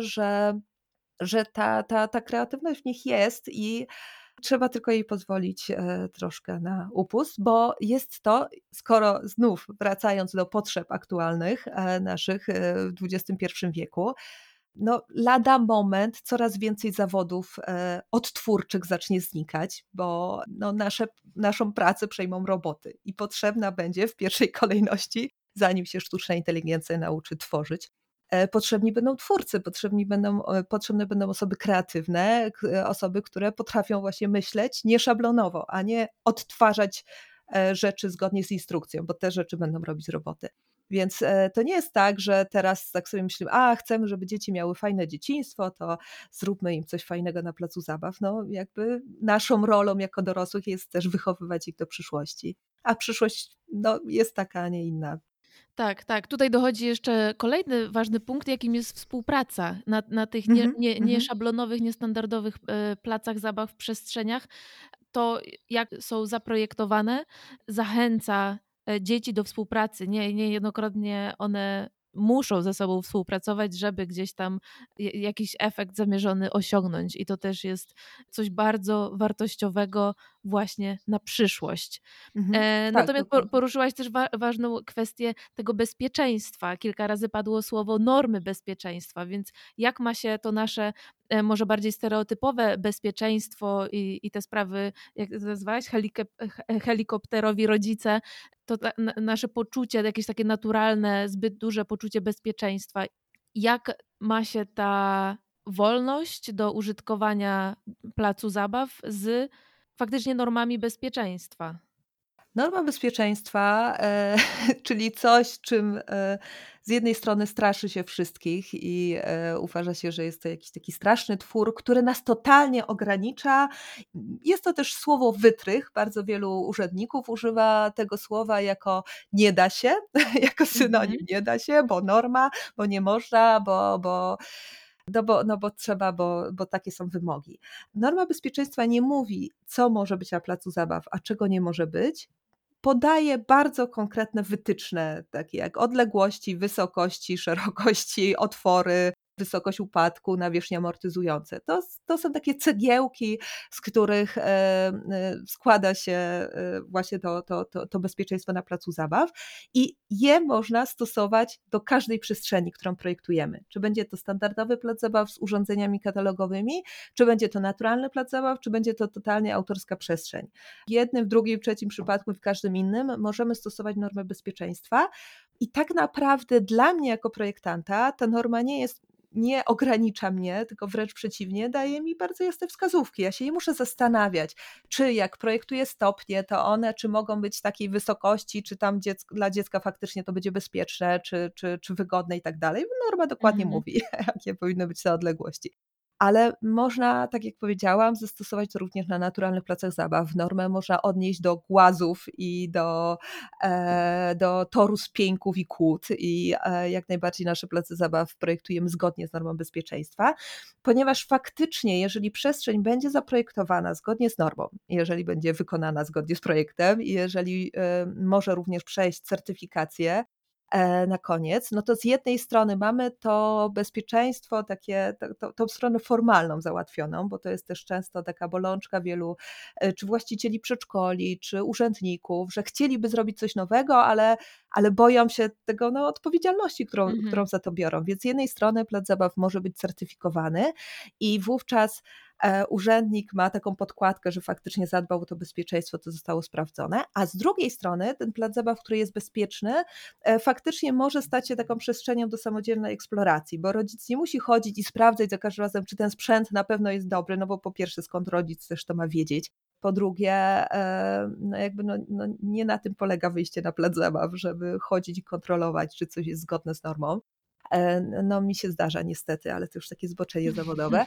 że ta kreatywność w nich jest i trzeba tylko jej pozwolić troszkę na upust, bo jest to, skoro znów wracając do potrzeb aktualnych naszych w XXI wieku, no lada moment coraz więcej zawodów odtwórczych zacznie znikać, bo no, naszą pracę przejmą roboty i potrzebna będzie w pierwszej kolejności, zanim się sztuczna inteligencja nauczy tworzyć, potrzebni będą twórcy, potrzebne będą osoby kreatywne, osoby, które potrafią właśnie myśleć nieszablonowo, a nie odtwarzać rzeczy zgodnie z instrukcją, bo te rzeczy będą robić roboty. Więc to nie jest tak, że teraz tak sobie myślimy, chcemy, żeby dzieci miały fajne dzieciństwo, to zróbmy im coś fajnego na placu zabaw. No jakby naszą rolą jako dorosłych jest też wychowywać ich do przyszłości. A przyszłość no, jest taka, a nie inna. Tak, tak. Tutaj dochodzi jeszcze kolejny ważny punkt, jakim jest współpraca na tych Mhm, mhm. nieszablonowych, niestandardowych, placach zabaw, w przestrzeniach. To, jak są zaprojektowane, zachęca, dzieci do współpracy. Niejednokrotnie one muszą ze sobą współpracować, żeby gdzieś tam jakiś efekt zamierzony osiągnąć i to też jest coś bardzo wartościowego właśnie na przyszłość. Mhm. Tak, Natomiast dokładnie. poruszyłaś też ważną kwestię tego bezpieczeństwa. Kilka razy padło słowo normy bezpieczeństwa, więc jak ma się to nasze, może bardziej stereotypowe bezpieczeństwo i te sprawy, jak to nazwałaś, helikopterowi rodzice, to nasze poczucie, jakieś takie naturalne, zbyt duże poczucie bezpieczeństwa. Jak ma się ta wolność do użytkowania placu zabaw z faktycznie normami bezpieczeństwa? Norma bezpieczeństwa, czyli coś, czym, z jednej strony straszy się wszystkich i, uważa się, że jest to jakiś taki straszny twór, który nas totalnie ogranicza. Jest to też słowo wytrych. Bardzo wielu urzędników używa tego słowa jako „nie da się”, jako synonim Mhm. „nie da się”, bo norma, bo nie można, bo no bo trzeba, bo takie są wymogi. Norma bezpieczeństwa nie mówi, co może być na placu zabaw, a czego nie może być. Podaje bardzo konkretne wytyczne, takie jak odległości, wysokości, szerokości, otwory, wysokość upadku, nawierzchnie amortyzujące. To są takie cegiełki, z których, składa się, właśnie to bezpieczeństwo na placu zabaw i je można stosować do każdej przestrzeni, którą projektujemy. Czy będzie to standardowy plac zabaw z urządzeniami katalogowymi, czy będzie to naturalny plac zabaw, czy będzie to totalnie autorska przestrzeń. W jednym, w drugim, w trzecim przypadku i w każdym innym możemy stosować normę bezpieczeństwa i tak naprawdę dla mnie jako projektanta ta norma nie ogranicza mnie, tylko wręcz przeciwnie, daje mi bardzo jasne wskazówki. Ja się nie muszę zastanawiać, czy jak projektuję stopnie, to one czy mogą być takiej wysokości, czy tam dla dziecka faktycznie to będzie bezpieczne, czy wygodne i tak dalej. Norma dokładnie Mhm. mówi, jakie powinny być te odległości. Ale można, tak jak powiedziałam, zastosować to również na naturalnych placach zabaw. Normę można odnieść do głazów i do toru z pieńków i kłód i, jak najbardziej nasze place zabaw projektujemy zgodnie z normą bezpieczeństwa, ponieważ faktycznie, jeżeli przestrzeń będzie zaprojektowana zgodnie z normą, jeżeli będzie wykonana zgodnie z projektem i jeżeli, może również przejść certyfikację, na koniec, no to z jednej strony mamy to bezpieczeństwo, takie tą stronę formalną załatwioną, bo to jest też często taka bolączka wielu, czy właścicieli przedszkoli, czy urzędników, że chcieliby zrobić coś nowego, ale boją się tego, no, odpowiedzialności, którą Mhm. za to biorą. Więc z jednej strony plac zabaw może być certyfikowany i wówczas, urzędnik ma taką podkładkę, że faktycznie zadbał o to bezpieczeństwo, to zostało sprawdzone, a z drugiej strony ten plac zabaw, który jest bezpieczny, faktycznie może stać się taką przestrzenią do samodzielnej eksploracji, bo rodzic nie musi chodzić i sprawdzać za każdym razem, czy ten sprzęt na pewno jest dobry, no bo po pierwsze, skąd rodzic też to ma wiedzieć. Po drugie, no jakby nie na tym polega wyjście na plac zabaw, żeby chodzić i kontrolować, czy coś jest zgodne z normą. No mi się zdarza niestety, ale to już takie zboczenie zawodowe.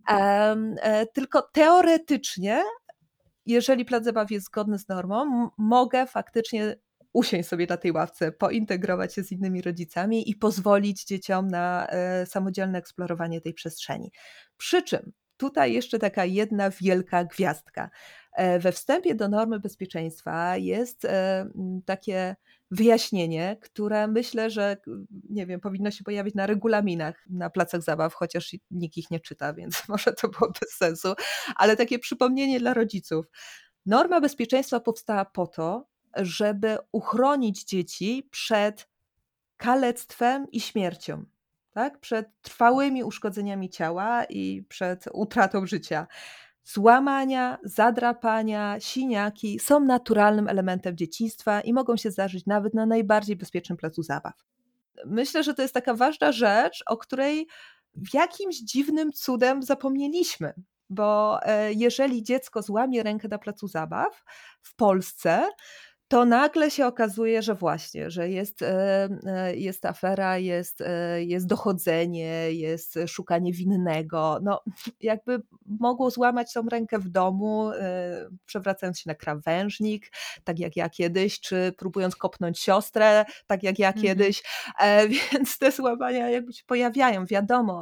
Tylko teoretycznie, jeżeli plac zabaw jest zgodny z normą, mogę faktycznie usiąść sobie na tej ławce, pointegrować się z innymi rodzicami i pozwolić dzieciom na, samodzielne eksplorowanie tej przestrzeni. Przy czym tutaj jeszcze taka jedna wielka gwiazdka. We wstępie do normy bezpieczeństwa jest, takie wyjaśnienie, które myślę, że nie wiem, powinno się pojawić na regulaminach na placach zabaw, chociaż nikt ich nie czyta, więc może to było bez sensu, ale takie przypomnienie dla rodziców. Norma bezpieczeństwa powstała po to, żeby uchronić dzieci przed kalectwem i śmiercią, tak? Przed trwałymi uszkodzeniami ciała i przed utratą życia. Złamania, zadrapania, siniaki są naturalnym elementem dzieciństwa i mogą się zdarzyć nawet na najbardziej bezpiecznym placu zabaw. Myślę, że to jest taka ważna rzecz, o której w jakimś dziwnym cudem zapomnieliśmy, bo, jeżeli dziecko złamie rękę na placu zabaw w Polsce, to nagle się okazuje, że właśnie, że jest afera, jest dochodzenie, jest szukanie winnego. No, jakby mogło złamać tą rękę w domu, przewracając się na krawężnik, tak jak ja kiedyś, czy próbując kopnąć siostrę, tak jak ja Mhm. kiedyś, więc te złamania jakby się pojawiają, wiadomo.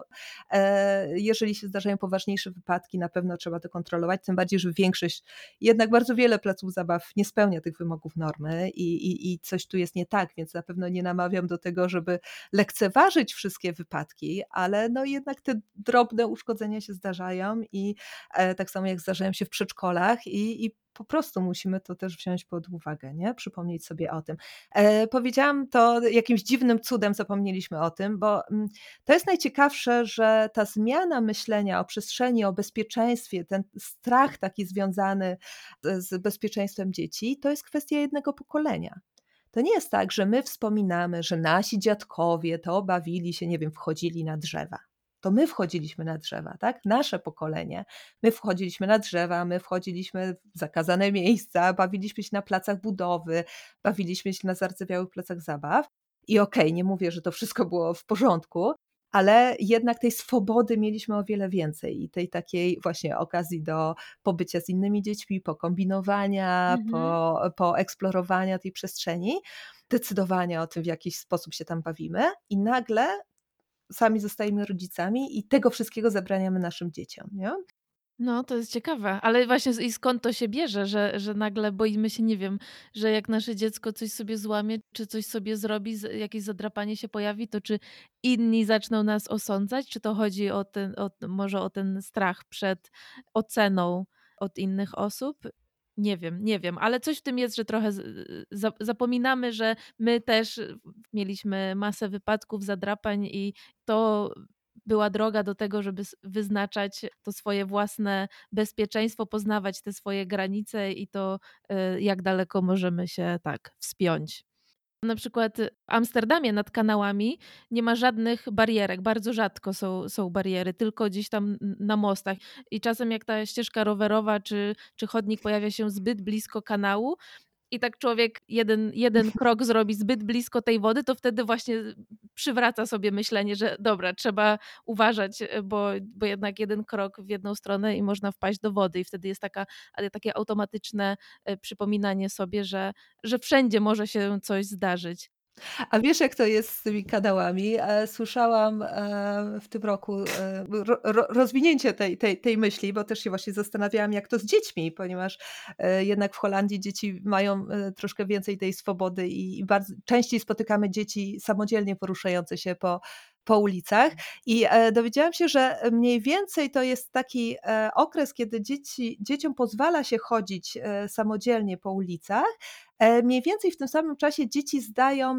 Jeżeli się zdarzają poważniejsze wypadki, na pewno trzeba to kontrolować, tym bardziej, że większość, jednak bardzo wiele placów zabaw nie spełnia tych wymogów normy i coś tu jest nie tak, więc na pewno nie namawiam do tego, żeby lekceważyć wszystkie wypadki, ale no jednak te drobne uszkodzenia się zdarzają i tak samo jak zdarzają się w przedszkolach i po prostu musimy to też wziąć pod uwagę, nie? Przypomnieć sobie o tym. Powiedziałam to jakimś dziwnym cudem zapomnieliśmy o tym, bo to jest najciekawsze, że ta zmiana myślenia o przestrzeni, o bezpieczeństwie, ten strach taki związany z bezpieczeństwem dzieci, to jest kwestia jednego pokolenia. To nie jest tak, że my wspominamy, że nasi dziadkowie to bawili się, nie wiem, wchodzili na drzewa. To my wchodziliśmy na drzewa, tak? Nasze pokolenie. My wchodziliśmy na drzewa, my wchodziliśmy w zakazane miejsca, bawiliśmy się na placach budowy, bawiliśmy się na zardzewiałych placach zabaw. I okej, nie mówię, że to wszystko było w porządku, ale jednak tej swobody mieliśmy o wiele więcej i tej takiej właśnie okazji do pobycia z innymi dziećmi, pokombinowania, Mhm. poeksplorowania tej przestrzeni, decydowania o tym, w jaki sposób się tam bawimy i nagle sami zostajemy rodzicami i tego wszystkiego zabraniamy naszym dzieciom, nie? No, to jest ciekawe, ale właśnie i skąd to się bierze, że nagle boimy się, nie wiem, że jak nasze dziecko coś sobie złamie, czy coś sobie zrobi, jakieś zadrapanie się pojawi, to czy inni zaczną nas osądzać? Czy to chodzi o może o ten strach przed oceną od innych osób? Nie wiem, ale coś w tym jest, że trochę zapominamy, że my też mieliśmy masę wypadków, zadrapań i to była droga do tego, żeby wyznaczać to swoje własne bezpieczeństwo, poznawać te swoje granice i to, jak daleko możemy się tak wspiąć. Na przykład w Amsterdamie nad kanałami nie ma żadnych barierek, bardzo rzadko są bariery, tylko gdzieś tam na mostach. I czasem jak ta ścieżka rowerowa czy chodnik pojawia się zbyt blisko kanału, i tak człowiek jeden krok zrobi zbyt blisko tej wody, to wtedy właśnie przywraca sobie myślenie, że dobra, trzeba uważać, bo jednak jeden krok w jedną stronę i można wpaść do wody i wtedy jest takie automatyczne, przypominanie sobie, że wszędzie może się coś zdarzyć. A wiesz, jak to jest z tymi kanałami? Słyszałam w tym roku rozwinięcie tej myśli, bo też się właśnie zastanawiałam, jak to z dziećmi, ponieważ jednak w Holandii dzieci mają troszkę więcej tej swobody i bardzo częściej spotykamy dzieci samodzielnie poruszające się po ulicach. I dowiedziałam się, że mniej więcej to jest taki okres, kiedy dzieciom pozwala się chodzić samodzielnie po ulicach. Mniej więcej w tym samym czasie dzieci zdają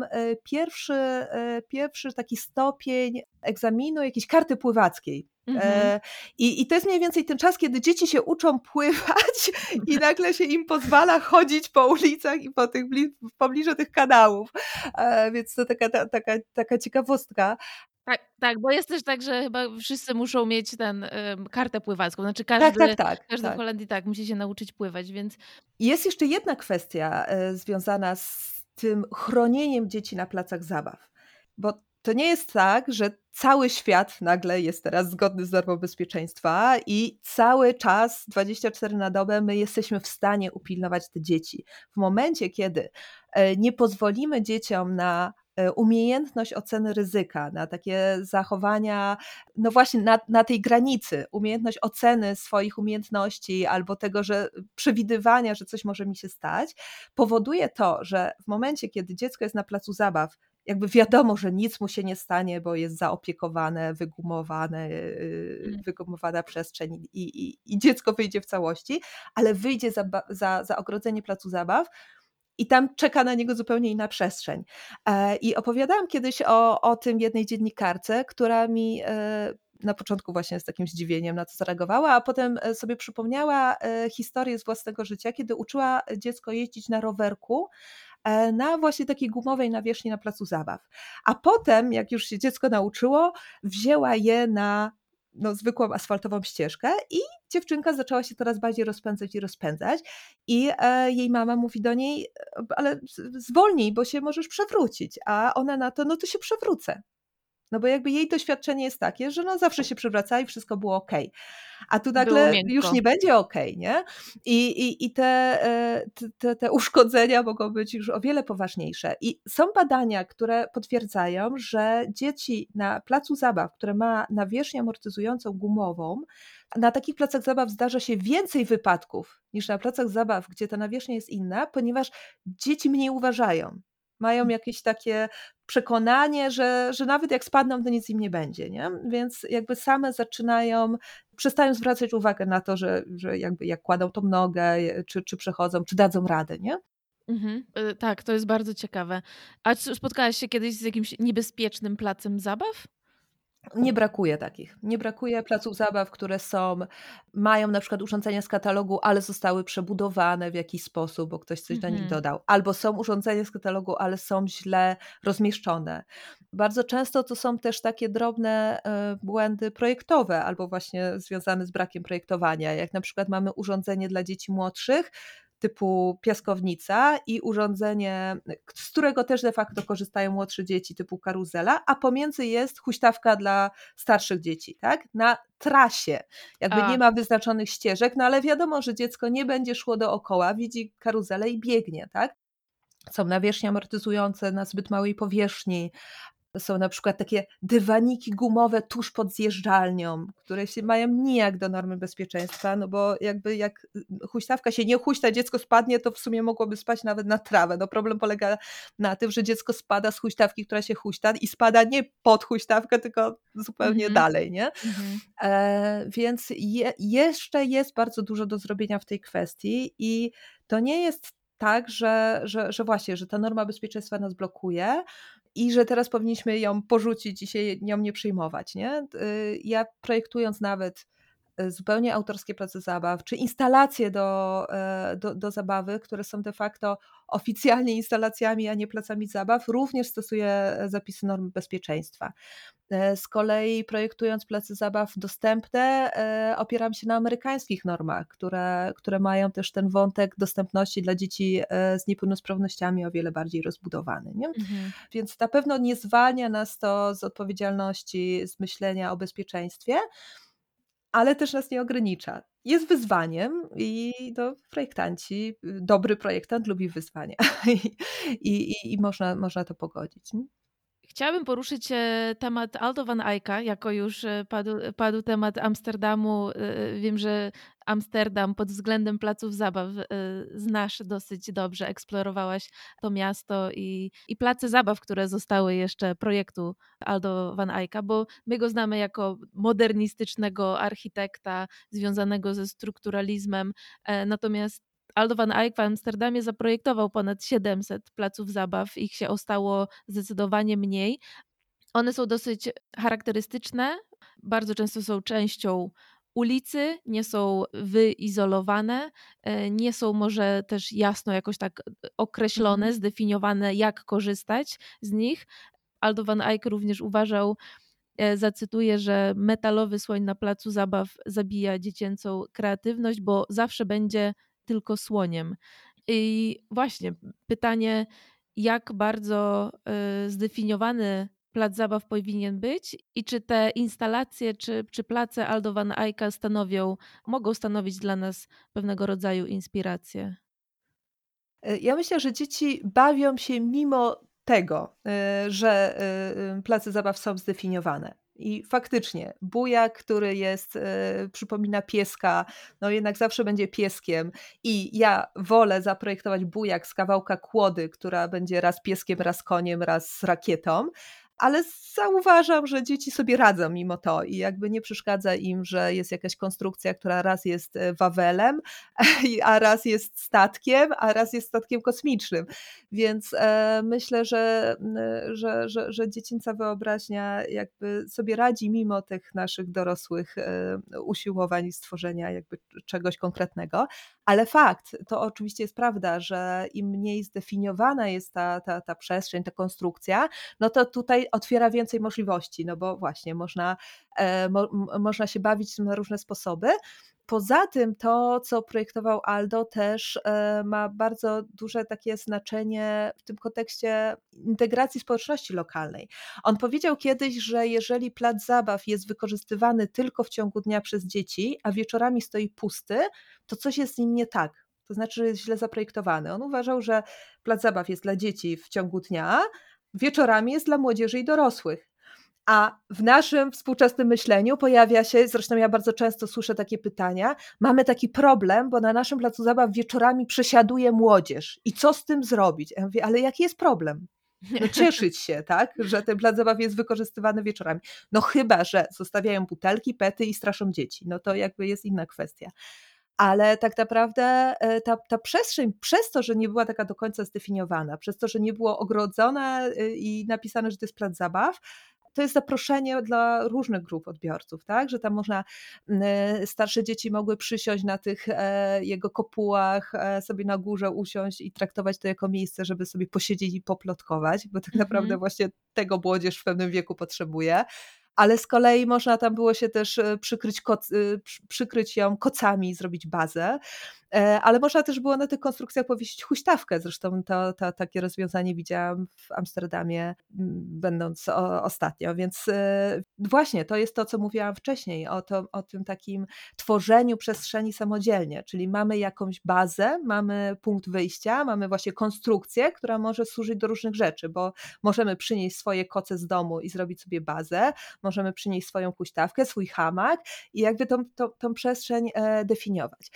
pierwszy taki stopień egzaminu jakiejś karty pływackiej. Mhm. I to jest mniej więcej ten czas, kiedy dzieci się uczą pływać i nagle się im pozwala chodzić po ulicach i w pobliżu tych kanałów. Więc to taka ciekawostka. Tak, tak, bo jest też tak, że chyba wszyscy muszą mieć kartę pływacką. Znaczy Tak, tak, każdy w tak. Holandii tak, musi się nauczyć pływać, więc I jest jeszcze jedna kwestia związana z tym chronieniem dzieci na placach zabaw. Bo to nie jest tak, że cały świat nagle jest teraz zgodny z normą bezpieczeństwa i cały czas 24 na dobę my jesteśmy w stanie upilnować te dzieci. W momencie, kiedy nie pozwolimy dzieciom na umiejętność oceny ryzyka, na takie zachowania, no właśnie na tej granicy, umiejętność oceny swoich umiejętności albo tego, że przewidywania, że coś może mi się stać, powoduje to, że w momencie, kiedy dziecko jest na placu zabaw, jakby wiadomo, że nic mu się nie stanie, bo jest zaopiekowane, wygumowana przestrzeń i dziecko wyjdzie w całości, ale wyjdzie za ogrodzenie placu zabaw i tam czeka na niego zupełnie inna przestrzeń. I opowiadałam kiedyś o tym jednej dziennikarce, która mi na początku właśnie z takim zdziwieniem na to zareagowała, a potem sobie przypomniała historię z własnego życia, kiedy uczyła dziecko jeździć na rowerku na właśnie takiej gumowej nawierzchni na placu zabaw. A potem, jak już się dziecko nauczyło, wzięła je na zwykłą asfaltową ścieżkę i dziewczynka zaczęła się coraz bardziej rozpędzać i jej mama mówi do niej: ale zwolnij, bo się możesz przewrócić. A ona na to: no to się przewrócę. no bo jakby jej doświadczenie jest takie, że no zawsze się przewracała i wszystko było okej. A tu Było nagle już miękko. nie będzie okej, nie? I te uszkodzenia mogą być już o wiele poważniejsze. I są badania, które potwierdzają, że dzieci na placu zabaw, które ma nawierzchnię amortyzującą gumową, na takich placach zabaw zdarza się więcej wypadków niż na placach zabaw, gdzie ta nawierzchnia jest inna, ponieważ dzieci mniej uważają. Mają jakieś takie przekonanie, że nawet jak spadną, to nic im nie będzie, nie? Więc jakby same przestają zwracać uwagę na to, że jakby jak kładą tą nogę, czy przechodzą, czy dadzą radę, nie? Mhm. Tak, to jest bardzo ciekawe. A spotkałaś się kiedyś z jakimś niebezpiecznym placem zabaw? Nie brakuje takich. Nie brakuje placów zabaw, które mają na przykład urządzenia z katalogu, ale zostały przebudowane w jakiś sposób, bo ktoś coś do nich Mhm. dodał. Albo są urządzenia z katalogu, ale są źle rozmieszczone. Bardzo często to są też takie drobne błędy projektowe, albo właśnie związane z brakiem projektowania. Jak na przykład mamy urządzenie dla dzieci młodszych, typu piaskownica i urządzenie, z którego też de facto korzystają młodsze dzieci, typu karuzela, a pomiędzy jest huśtawka dla starszych dzieci, tak? Na trasie. Jakby nie A, ma wyznaczonych ścieżek, no ale wiadomo, że dziecko nie będzie szło dookoła, widzi karuzelę i biegnie, tak? Są nawierzchnie amortyzujące na zbyt małej powierzchni. Są na przykład takie dywaniki gumowe tuż pod zjeżdżalnią, które się mają nijak do normy bezpieczeństwa, no bo jakby jak huśtawka się nie huśta, dziecko spadnie, to w sumie mogłoby spaść nawet na trawę. No problem polega na tym, że dziecko spada z huśtawki, która się huśta i spada nie pod huśtawkę, tylko zupełnie mhm, dalej, nie? mhm. Więc jeszcze jest bardzo dużo do zrobienia w tej kwestii i to nie jest tak, że właśnie, że ta norma bezpieczeństwa nas blokuje i że teraz powinniśmy ją porzucić i się nią nie przejmować, nie? Ja projektując nawet zupełnie autorskie place zabaw, czy instalacje do zabawy, które są de facto oficjalnie instalacjami, a nie placami zabaw, również stosuję zapisy norm bezpieczeństwa. Z kolei projektując place zabaw dostępne, opieram się na amerykańskich normach, które mają też ten wątek dostępności dla dzieci z niepełnosprawnościami o wiele bardziej rozbudowany, nie? Mhm. Więc na pewno nie zwalnia nas to z odpowiedzialności, z myślenia o bezpieczeństwie, ale też nas nie ogranicza. Jest wyzwaniem i no, dobry projektant lubi wyzwania i można to pogodzić, nie? Chciałabym poruszyć temat Aldo van Eycka, jako już padł temat Amsterdamu. Wiem, że Amsterdam pod względem placów zabaw znasz dosyć dobrze, eksplorowałaś to miasto i place zabaw, które zostały jeszcze projektu Aldo van Eycka, bo my go znamy jako modernistycznego architekta związanego ze strukturalizmem, natomiast Aldo van Eyck w Amsterdamie zaprojektował ponad 700 placów zabaw, ich się ostało zdecydowanie mniej. One są dosyć charakterystyczne, bardzo często są częścią ulicy, nie są wyizolowane, nie są może też jasno jakoś tak określone, Mhm. zdefiniowane, jak korzystać z nich. Aldo van Eyck również uważał, zacytuję, że metalowy słoń na placu zabaw zabija dziecięcą kreatywność, bo zawsze będzie tylko słoniem. I właśnie pytanie, jak bardzo zdefiniowany plac zabaw powinien być i czy te instalacje, czy place Aldo van Eycka mogą stanowić dla nas pewnego rodzaju inspirację? Ja myślę, że dzieci bawią się mimo tego, że place zabaw są zdefiniowane. I faktycznie bujak, który przypomina pieska, no jednak zawsze będzie pieskiem i ja wolę zaprojektować bujak z kawałka kłody, która będzie raz pieskiem, raz koniem, raz rakietą, ale zauważam, że dzieci sobie radzą mimo to i jakby nie przeszkadza im, że jest jakaś konstrukcja, która raz jest wawelem, a raz jest statkiem, a raz jest statkiem kosmicznym. Więc myślę, że dziecięca wyobraźnia jakby sobie radzi mimo tych naszych dorosłych usiłowań stworzenia jakby czegoś konkretnego. Ale fakt, to oczywiście jest prawda, że im mniej zdefiniowana jest ta przestrzeń, ta konstrukcja, no to tutaj otwiera więcej możliwości, no bo właśnie można się bawić tym na różne sposoby. Poza tym to, co projektował Aldo, też ma bardzo duże takie znaczenie w tym kontekście integracji społeczności lokalnej. On powiedział kiedyś, że jeżeli plac zabaw jest wykorzystywany tylko w ciągu dnia przez dzieci, a wieczorami stoi pusty, to coś jest z nim nie tak. To znaczy, że jest źle zaprojektowany. On uważał, że plac zabaw jest dla dzieci w ciągu dnia, wieczorami jest dla młodzieży i dorosłych. A w naszym współczesnym myśleniu pojawia się, zresztą ja bardzo często słyszę takie pytania, mamy taki problem, bo na naszym placu zabaw wieczorami przesiaduje młodzież. I co z tym zrobić? Ja mówię, ale jaki jest problem? No cieszyć się, tak, że ten plac zabaw jest wykorzystywany wieczorami. No chyba, że zostawiają butelki, pety i straszą dzieci. No to jakby jest inna kwestia. Ale tak naprawdę ta przestrzeń, przez to, że nie była taka do końca zdefiniowana, przez to, że nie było ogrodzona i napisane, że to jest plac zabaw, to jest zaproszenie dla różnych grup odbiorców, tak? Że tam można, starsze dzieci mogły przysiąść na tych jego kopułach, sobie na górze usiąść i traktować to jako miejsce, żeby sobie posiedzieć i poplotkować, bo tak naprawdę właśnie tego młodzież w pewnym wieku potrzebuje. Ale z kolei można tam było się też przykryć ją kocami i zrobić bazę. Ale można też było na tych konstrukcjach powiesić huśtawkę. Zresztą takie rozwiązanie widziałam w Amsterdamie, będąc ostatnio. Więc właśnie to jest to, co mówiłam wcześniej, o tym takim tworzeniu przestrzeni samodzielnie. Czyli mamy jakąś bazę, mamy punkt wyjścia, mamy właśnie konstrukcję, która może służyć do różnych rzeczy, bo możemy przynieść swoje koce z domu i zrobić sobie bazę, możemy przynieść swoją huśtawkę, swój hamak i jakby tą przestrzeń definiować.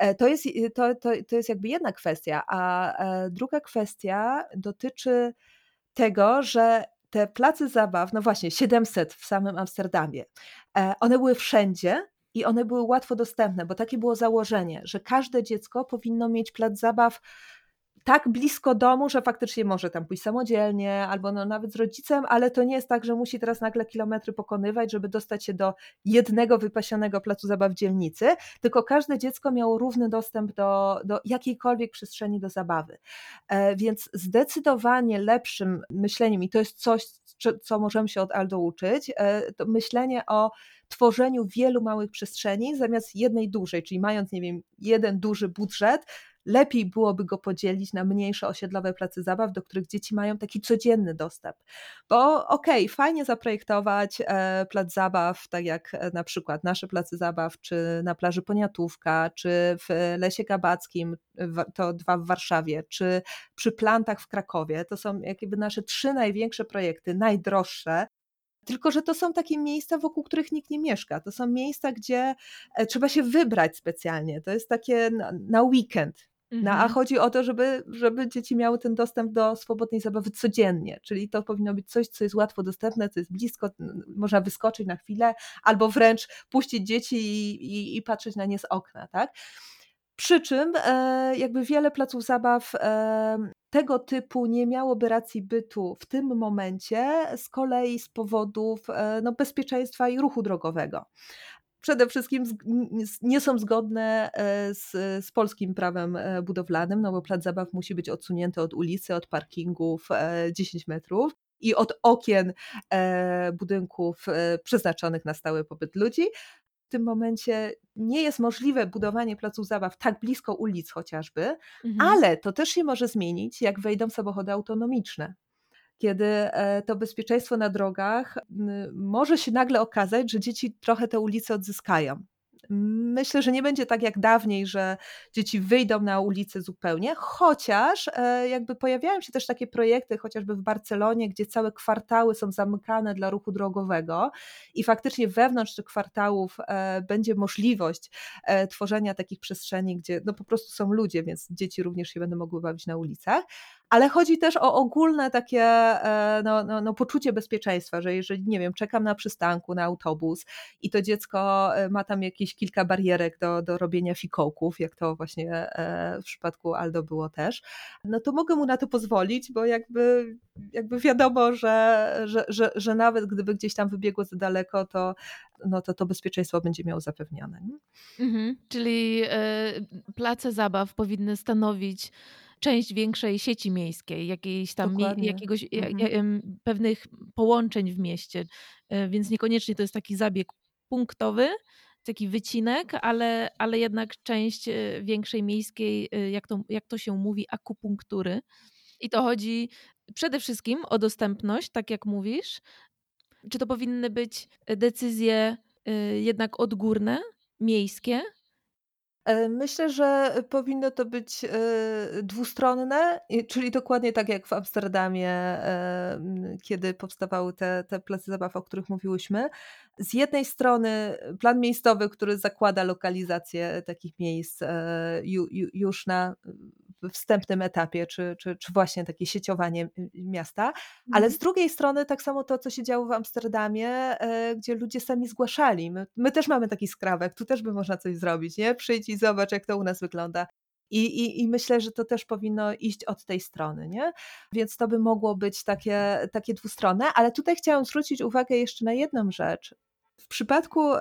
To jest jakby jedna kwestia, a druga kwestia dotyczy tego, że te place zabaw, no właśnie 700 w samym Amsterdamie, one były wszędzie i one były łatwo dostępne, bo takie było założenie, że każde dziecko powinno mieć plac zabaw tak blisko domu, że faktycznie może tam pójść samodzielnie albo no nawet z rodzicem, ale to nie jest tak, że musi teraz nagle kilometry pokonywać, żeby dostać się do jednego wypasionego placu zabaw w dzielnicy, tylko każde dziecko miało równy dostęp do jakiejkolwiek przestrzeni do zabawy. Więc zdecydowanie lepszym myśleniem, i to jest coś, co możemy się od Aldo uczyć, to myślenie o tworzeniu wielu małych przestrzeni zamiast jednej dużej, czyli mając, nie wiem, jeden duży budżet, lepiej byłoby go podzielić na mniejsze osiedlowe place zabaw, do których dzieci mają taki codzienny dostęp. Bo okej, fajnie zaprojektować plac zabaw, tak jak na przykład nasze place zabaw, czy na plaży Poniatówka, czy w Lesie Kabackim, to 2 w Warszawie, czy przy Plantach w Krakowie. To są jakby nasze 3 największe projekty, najdroższe, tylko że to są takie miejsca, wokół których nikt nie mieszka. To są miejsca, gdzie trzeba się wybrać specjalnie. To jest takie na weekend. A chodzi o to, żeby dzieci miały ten dostęp do swobodnej zabawy codziennie, czyli to powinno być coś, co jest łatwo dostępne, co jest blisko, można wyskoczyć na chwilę, albo wręcz puścić dzieci i patrzeć na nie z okna, tak? Przy czym jakby wiele placów zabaw tego typu nie miałoby racji bytu w tym momencie, z kolei z powodów no, bezpieczeństwa i ruchu drogowego. Przede wszystkim nie są zgodne z polskim prawem budowlanym, no bo plac zabaw musi być odsunięty od ulicy, od parkingów 10 metrów i od okien budynków przeznaczonych na stały pobyt ludzi. W tym momencie nie jest możliwe budowanie placów zabaw tak blisko ulic chociażby, ale to też się może zmienić, jak wejdą samochody autonomiczne. Kiedy to bezpieczeństwo na drogach może się nagle okazać, że dzieci trochę te ulice odzyskają. Myślę, że nie będzie tak jak dawniej, że dzieci wyjdą na ulicę zupełnie, chociaż jakby pojawiają się też takie projekty, chociażby w Barcelonie, gdzie całe kwartały są zamykane dla ruchu drogowego i faktycznie wewnątrz tych kwartałów będzie możliwość tworzenia takich przestrzeni, gdzie no po prostu są ludzie, więc dzieci również się będą mogły bawić na ulicach. Ale chodzi też o ogólne takie poczucie bezpieczeństwa, że jeżeli, nie wiem, czekam na przystanku, na autobus i to dziecko ma tam jakieś kilka barierek do robienia fikołków, jak to właśnie w przypadku Aldo było też, no to mogę mu na to pozwolić, bo jakby wiadomo, że nawet gdyby gdzieś tam wybiegło za daleko, to bezpieczeństwo będzie miało zapewnione. Czyli place zabaw powinny stanowić część większej sieci miejskiej, jakiejś tam jakiegoś pewnych połączeń w mieście, więc niekoniecznie to jest taki zabieg punktowy, taki wycinek, ale jednak część większej miejskiej, jak to się mówi, akupunktury. I to chodzi przede wszystkim o dostępność, tak jak mówisz. Czy to powinny być decyzje jednak odgórne, miejskie? Myślę, że powinno to być, dwustronne, czyli dokładnie tak jak w Amsterdamie, kiedy powstawały te place zabaw, o których mówiłyśmy. Z jednej strony plan miejscowy, który zakłada lokalizację takich miejsc, już na wstępnym etapie, czy właśnie takie sieciowanie miasta, ale Mhm. z drugiej strony tak samo to, co się działo w Amsterdamie, gdzie ludzie sami zgłaszali. My też mamy taki skrawek, tu też by można coś zrobić, nie? Przyjdź i zobacz, jak to u nas wygląda. I myślę, że to też powinno iść od tej strony, nie? Więc to by mogło być takie dwustronne, ale tutaj chciałam zwrócić uwagę jeszcze na jedną rzecz. W przypadku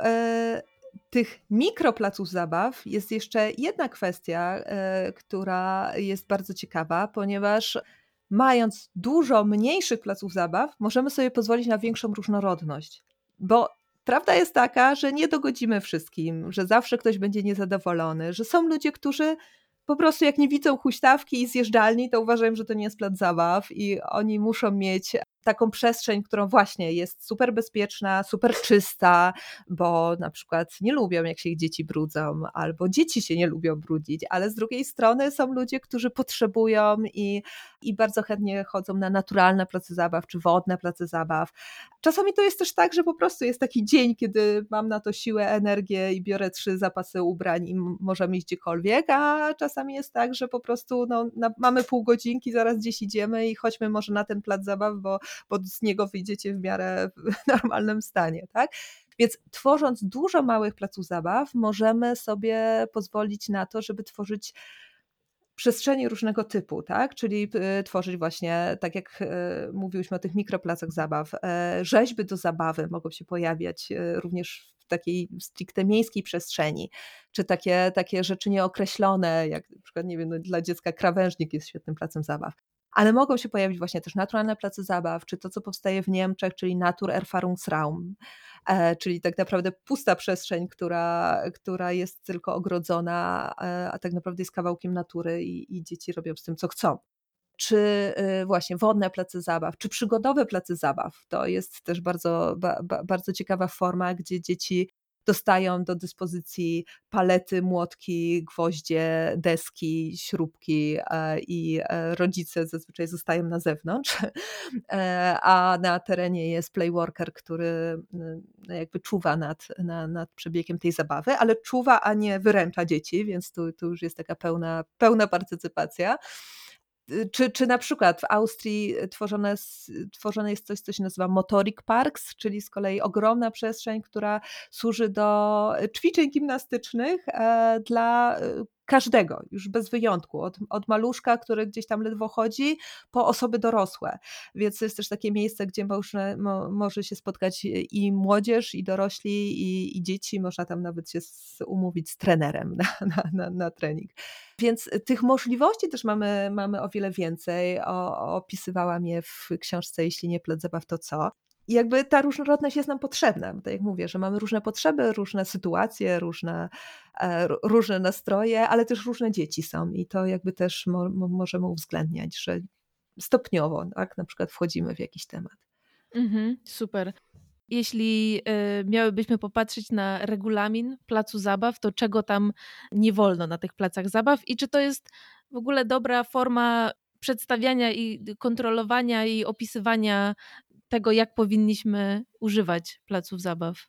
tych mikroplaców zabaw jest jeszcze jedna kwestia, która jest bardzo ciekawa, ponieważ mając dużo mniejszych placów zabaw, możemy sobie pozwolić na większą różnorodność. Bo prawda jest taka, że nie dogodzimy wszystkim, że zawsze ktoś będzie niezadowolony, że są ludzie, którzy po prostu jak nie widzą huśtawki i zjeżdżalni, to uważają, że to nie jest plac zabaw i oni muszą mieć taką przestrzeń, którą właśnie jest super bezpieczna, super czysta, bo na przykład nie lubią, jak się ich dzieci brudzą, albo dzieci się nie lubią brudzić, ale z drugiej strony są ludzie, którzy potrzebują i bardzo chętnie chodzą na naturalne place zabaw, czy wodne place zabaw. Czasami to jest też tak, że po prostu jest taki dzień, kiedy mam na to siłę, energię i biorę 3 zapasy ubrań i możemy iść gdziekolwiek, a czasami jest tak, że po prostu mamy pół godzinki, zaraz gdzieś idziemy i chodźmy może na ten plac zabaw, bo z niego wyjdziecie w miarę w normalnym stanie, tak? Więc tworząc dużo małych placów zabaw, możemy sobie pozwolić na to, żeby tworzyć przestrzenie różnego typu, tak? Czyli tworzyć właśnie, tak jak mówiłyśmy o tych mikroplacach zabaw, rzeźby do zabawy mogą się pojawiać również w takiej stricte miejskiej przestrzeni, czy takie rzeczy nieokreślone, jak na przykład, nie wiem, no, dla dziecka krawężnik jest świetnym placem zabaw. Ale mogą się pojawić właśnie też naturalne place zabaw, czy to, co powstaje w Niemczech, czyli Naturerfahrungsraum, czyli tak naprawdę pusta przestrzeń, która jest tylko ogrodzona, a tak naprawdę jest kawałkiem natury i dzieci robią z tym, co chcą. Czy właśnie wodne place zabaw, czy przygodowe place zabaw. To jest też bardzo ciekawa forma, gdzie dzieci dostają do dyspozycji palety, młotki, gwoździe, deski, śrubki i rodzice zazwyczaj zostają na zewnątrz, a na terenie jest playworker, który no jakby czuwa nad przebiegiem tej zabawy, ale czuwa, a nie wyręcza dzieci, więc tu już jest taka pełna partycypacja. Czy na przykład w Austrii tworzone jest coś, co się nazywa Motorik Parks, czyli z kolei ogromna przestrzeń, która służy do ćwiczeń gimnastycznych dla każdego, już bez wyjątku, od maluszka, który gdzieś tam ledwo chodzi, po osoby dorosłe. Więc jest też takie miejsce, gdzie może się spotkać i młodzież, i dorośli, i dzieci. Można tam nawet się umówić z trenerem na trening. Więc tych możliwości też mamy o wiele więcej. Opisywałam je w książce Jeśli nie plac zabaw, to co? I jakby ta różnorodność jest nam potrzebna, bo tak jak mówię, że mamy różne potrzeby, różne sytuacje, różne nastroje, ale też różne dzieci są i to jakby też możemy uwzględniać, że stopniowo, tak, na przykład wchodzimy w jakiś temat. Super. Jeśli miałybyśmy popatrzeć na regulamin placu zabaw, to czego tam nie wolno na tych placach zabaw i czy to jest w ogóle dobra forma przedstawiania i kontrolowania i opisywania tego, jak powinniśmy używać placów zabaw?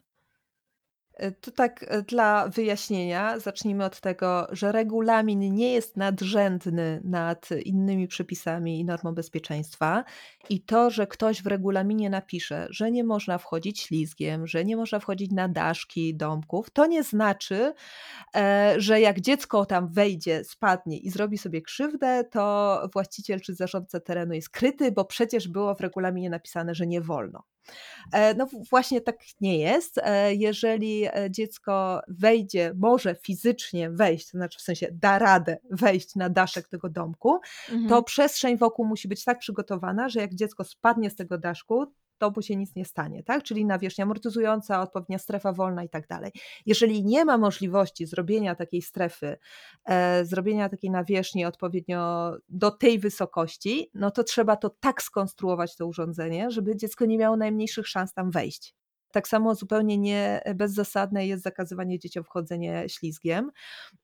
To tak dla wyjaśnienia, zacznijmy od tego, że regulamin nie jest nadrzędny nad innymi przepisami i normą bezpieczeństwa. I to, że ktoś w regulaminie napisze, że nie można wchodzić ślizgiem, że nie można wchodzić na daszki domków, to nie znaczy, że jak dziecko tam wejdzie, spadnie i zrobi sobie krzywdę, to właściciel czy zarządca terenu jest kryty, bo przecież było w regulaminie napisane, że nie wolno. No właśnie tak nie jest. Jeżeli dziecko wejdzie, może fizycznie wejść, to znaczy w sensie da radę wejść na daszek tego domku, to przestrzeń wokół musi być tak przygotowana, że jak dziecko spadnie z tego daszku, domu się nic nie stanie, tak? Czyli nawierzchnia amortyzująca, odpowiednia strefa wolna i tak dalej. Jeżeli nie ma możliwości zrobienia takiej strefy, zrobienia takiej nawierzchni odpowiednio do tej wysokości, no to trzeba to tak skonstruować to urządzenie, żeby dziecko nie miało najmniejszych szans tam wejść. Tak samo zupełnie nie bezzasadne jest zakazywanie dzieciom wchodzenia ślizgiem,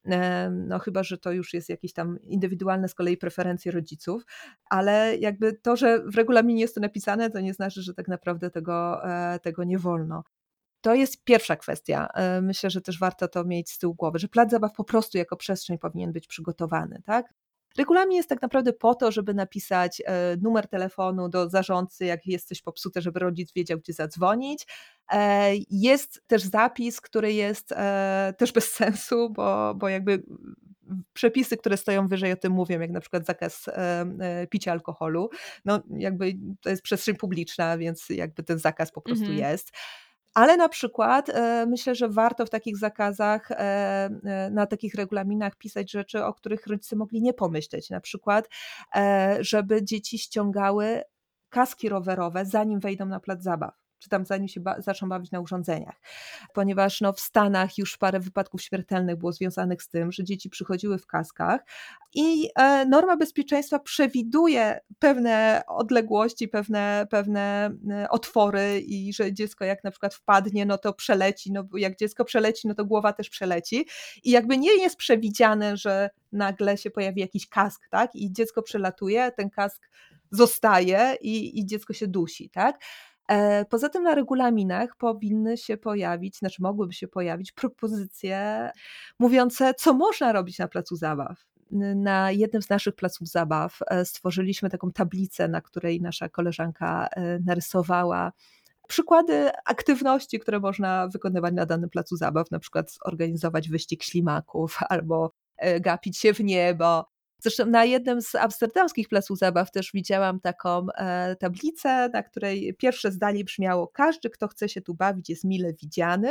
no chyba że to już jest jakieś tam indywidualne z kolei preferencje rodziców, ale jakby to, że w regulaminie jest to napisane, to nie znaczy, że tak naprawdę tego nie wolno. To jest pierwsza kwestia. Myślę, że też warto to mieć z tyłu głowy, że plac zabaw po prostu jako przestrzeń powinien być przygotowany, tak? Regulamin jest tak naprawdę po to, żeby napisać numer telefonu do zarządcy, jak jest coś popsute, żeby rodzic wiedział, gdzie zadzwonić. Jest też zapis, który jest też bez sensu, bo jakby przepisy, które stoją wyżej o tym mówią, jak na przykład zakaz picia alkoholu, no jakby to jest przestrzeń publiczna, więc jakby ten zakaz po prostu jest. Ale na przykład myślę, że warto w takich zakazach, na takich regulaminach pisać rzeczy, o których rodzice mogli nie pomyśleć. Na przykład, żeby dzieci ściągały kaski rowerowe, zanim wejdą na plac zabaw, czy tam zanim się zaczną bawić na urządzeniach. Ponieważ w Stanach już parę wypadków śmiertelnych było związanych z tym, że dzieci przychodziły w kaskach i norma bezpieczeństwa przewiduje pewne odległości, pewne otwory i że dziecko jak na przykład wpadnie, no to przeleci, no bo jak dziecko przeleci, no to głowa też przeleci i jakby nie jest przewidziane, że nagle się pojawi jakiś kask, tak? I dziecko przelatuje, ten kask zostaje i dziecko się dusi, tak? Poza tym na regulaminach powinny się pojawić, znaczy mogłyby się pojawić propozycje mówiące, co można robić na placu zabaw. Na jednym z naszych placów zabaw stworzyliśmy taką tablicę, na której nasza koleżanka narysowała przykłady aktywności, które można wykonywać na danym placu zabaw, na przykład zorganizować wyścig ślimaków albo gapić się w niebo. Zresztą na jednym z amsterdamskich placów zabaw też widziałam taką tablicę, na której pierwsze zdanie brzmiało: każdy, kto chce się tu bawić, jest mile widziany.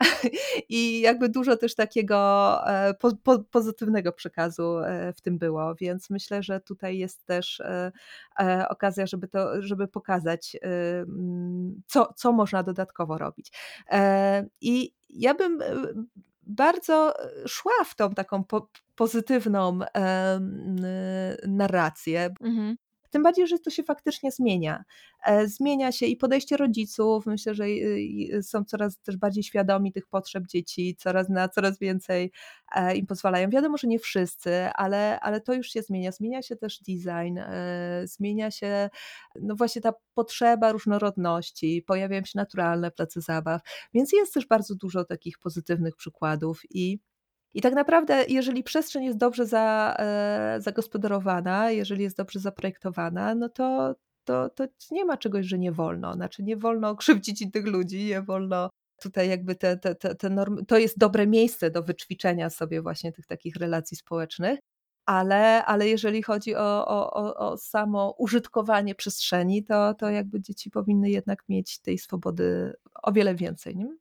I jakby dużo też takiego pozytywnego przekazu w tym było, więc myślę, że tutaj jest też okazja, żeby pokazać, co można dodatkowo robić. I ja bym bardzo szła w tą taką pozytywną narrację. Tym bardziej, że to się faktycznie zmienia. Zmienia się i podejście rodziców. Myślę, że są coraz też bardziej świadomi tych potrzeb dzieci, coraz więcej im pozwalają. Wiadomo, że nie wszyscy, ale to już się zmienia. Zmienia się też design, zmienia się no właśnie ta potrzeba różnorodności, pojawiają się naturalne place zabaw, więc jest też bardzo dużo takich pozytywnych przykładów i tak naprawdę, jeżeli przestrzeń jest dobrze zagospodarowana, jeżeli jest dobrze zaprojektowana, no to nie ma czegoś, że nie wolno. Znaczy nie wolno krzywdzić innych ludzi, nie wolno tutaj jakby te normy, to jest dobre miejsce do wyćwiczenia sobie właśnie tych takich relacji społecznych, ale jeżeli chodzi o samo użytkowanie przestrzeni, to jakby dzieci powinny jednak mieć tej swobody o wiele więcej, nie?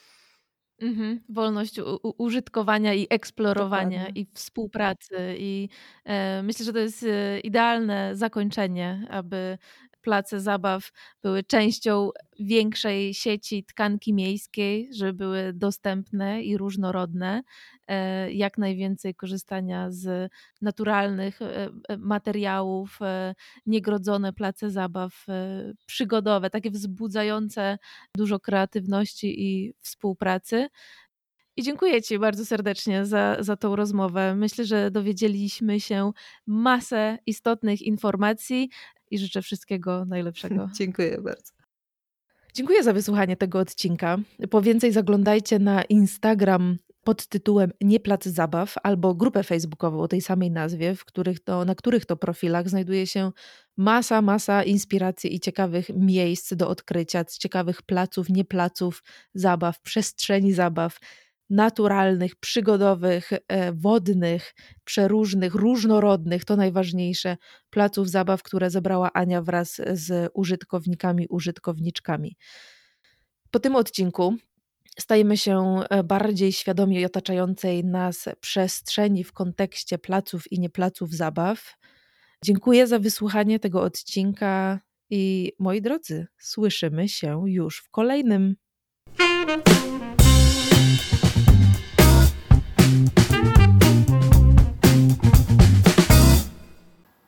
Wolność użytkowania i eksplorowania Dokładnie. i współpracy i myślę, że to jest idealne zakończenie, aby place zabaw były częścią większej sieci tkanki miejskiej, żeby były dostępne i różnorodne, jak najwięcej korzystania z naturalnych materiałów, niegrodzone place zabaw przygodowe, takie wzbudzające dużo kreatywności i współpracy. I dziękuję Ci bardzo serdecznie za tą rozmowę. Myślę, że dowiedzieliśmy się masę istotnych informacji i życzę wszystkiego najlepszego. Dziękuję bardzo. Dziękuję za wysłuchanie tego odcinka. Po więcej zaglądajcie na Instagram pod tytułem Nie Plac Zabaw albo grupę facebookową o tej samej nazwie, na których to profilach znajduje się masa inspiracji i ciekawych miejsc do odkrycia, ciekawych placów, nie placów zabaw, przestrzeni zabaw, naturalnych, przygodowych, wodnych, przeróżnych, różnorodnych, to najważniejsze, placów zabaw, które zebrała Ania wraz z użytkownikami, użytkowniczkami. Po tym odcinku stajemy się bardziej świadomi otaczającej nas przestrzeni w kontekście placów i nie placów zabaw. Dziękuję za wysłuchanie tego odcinka I moi drodzy, słyszymy się już w kolejnym.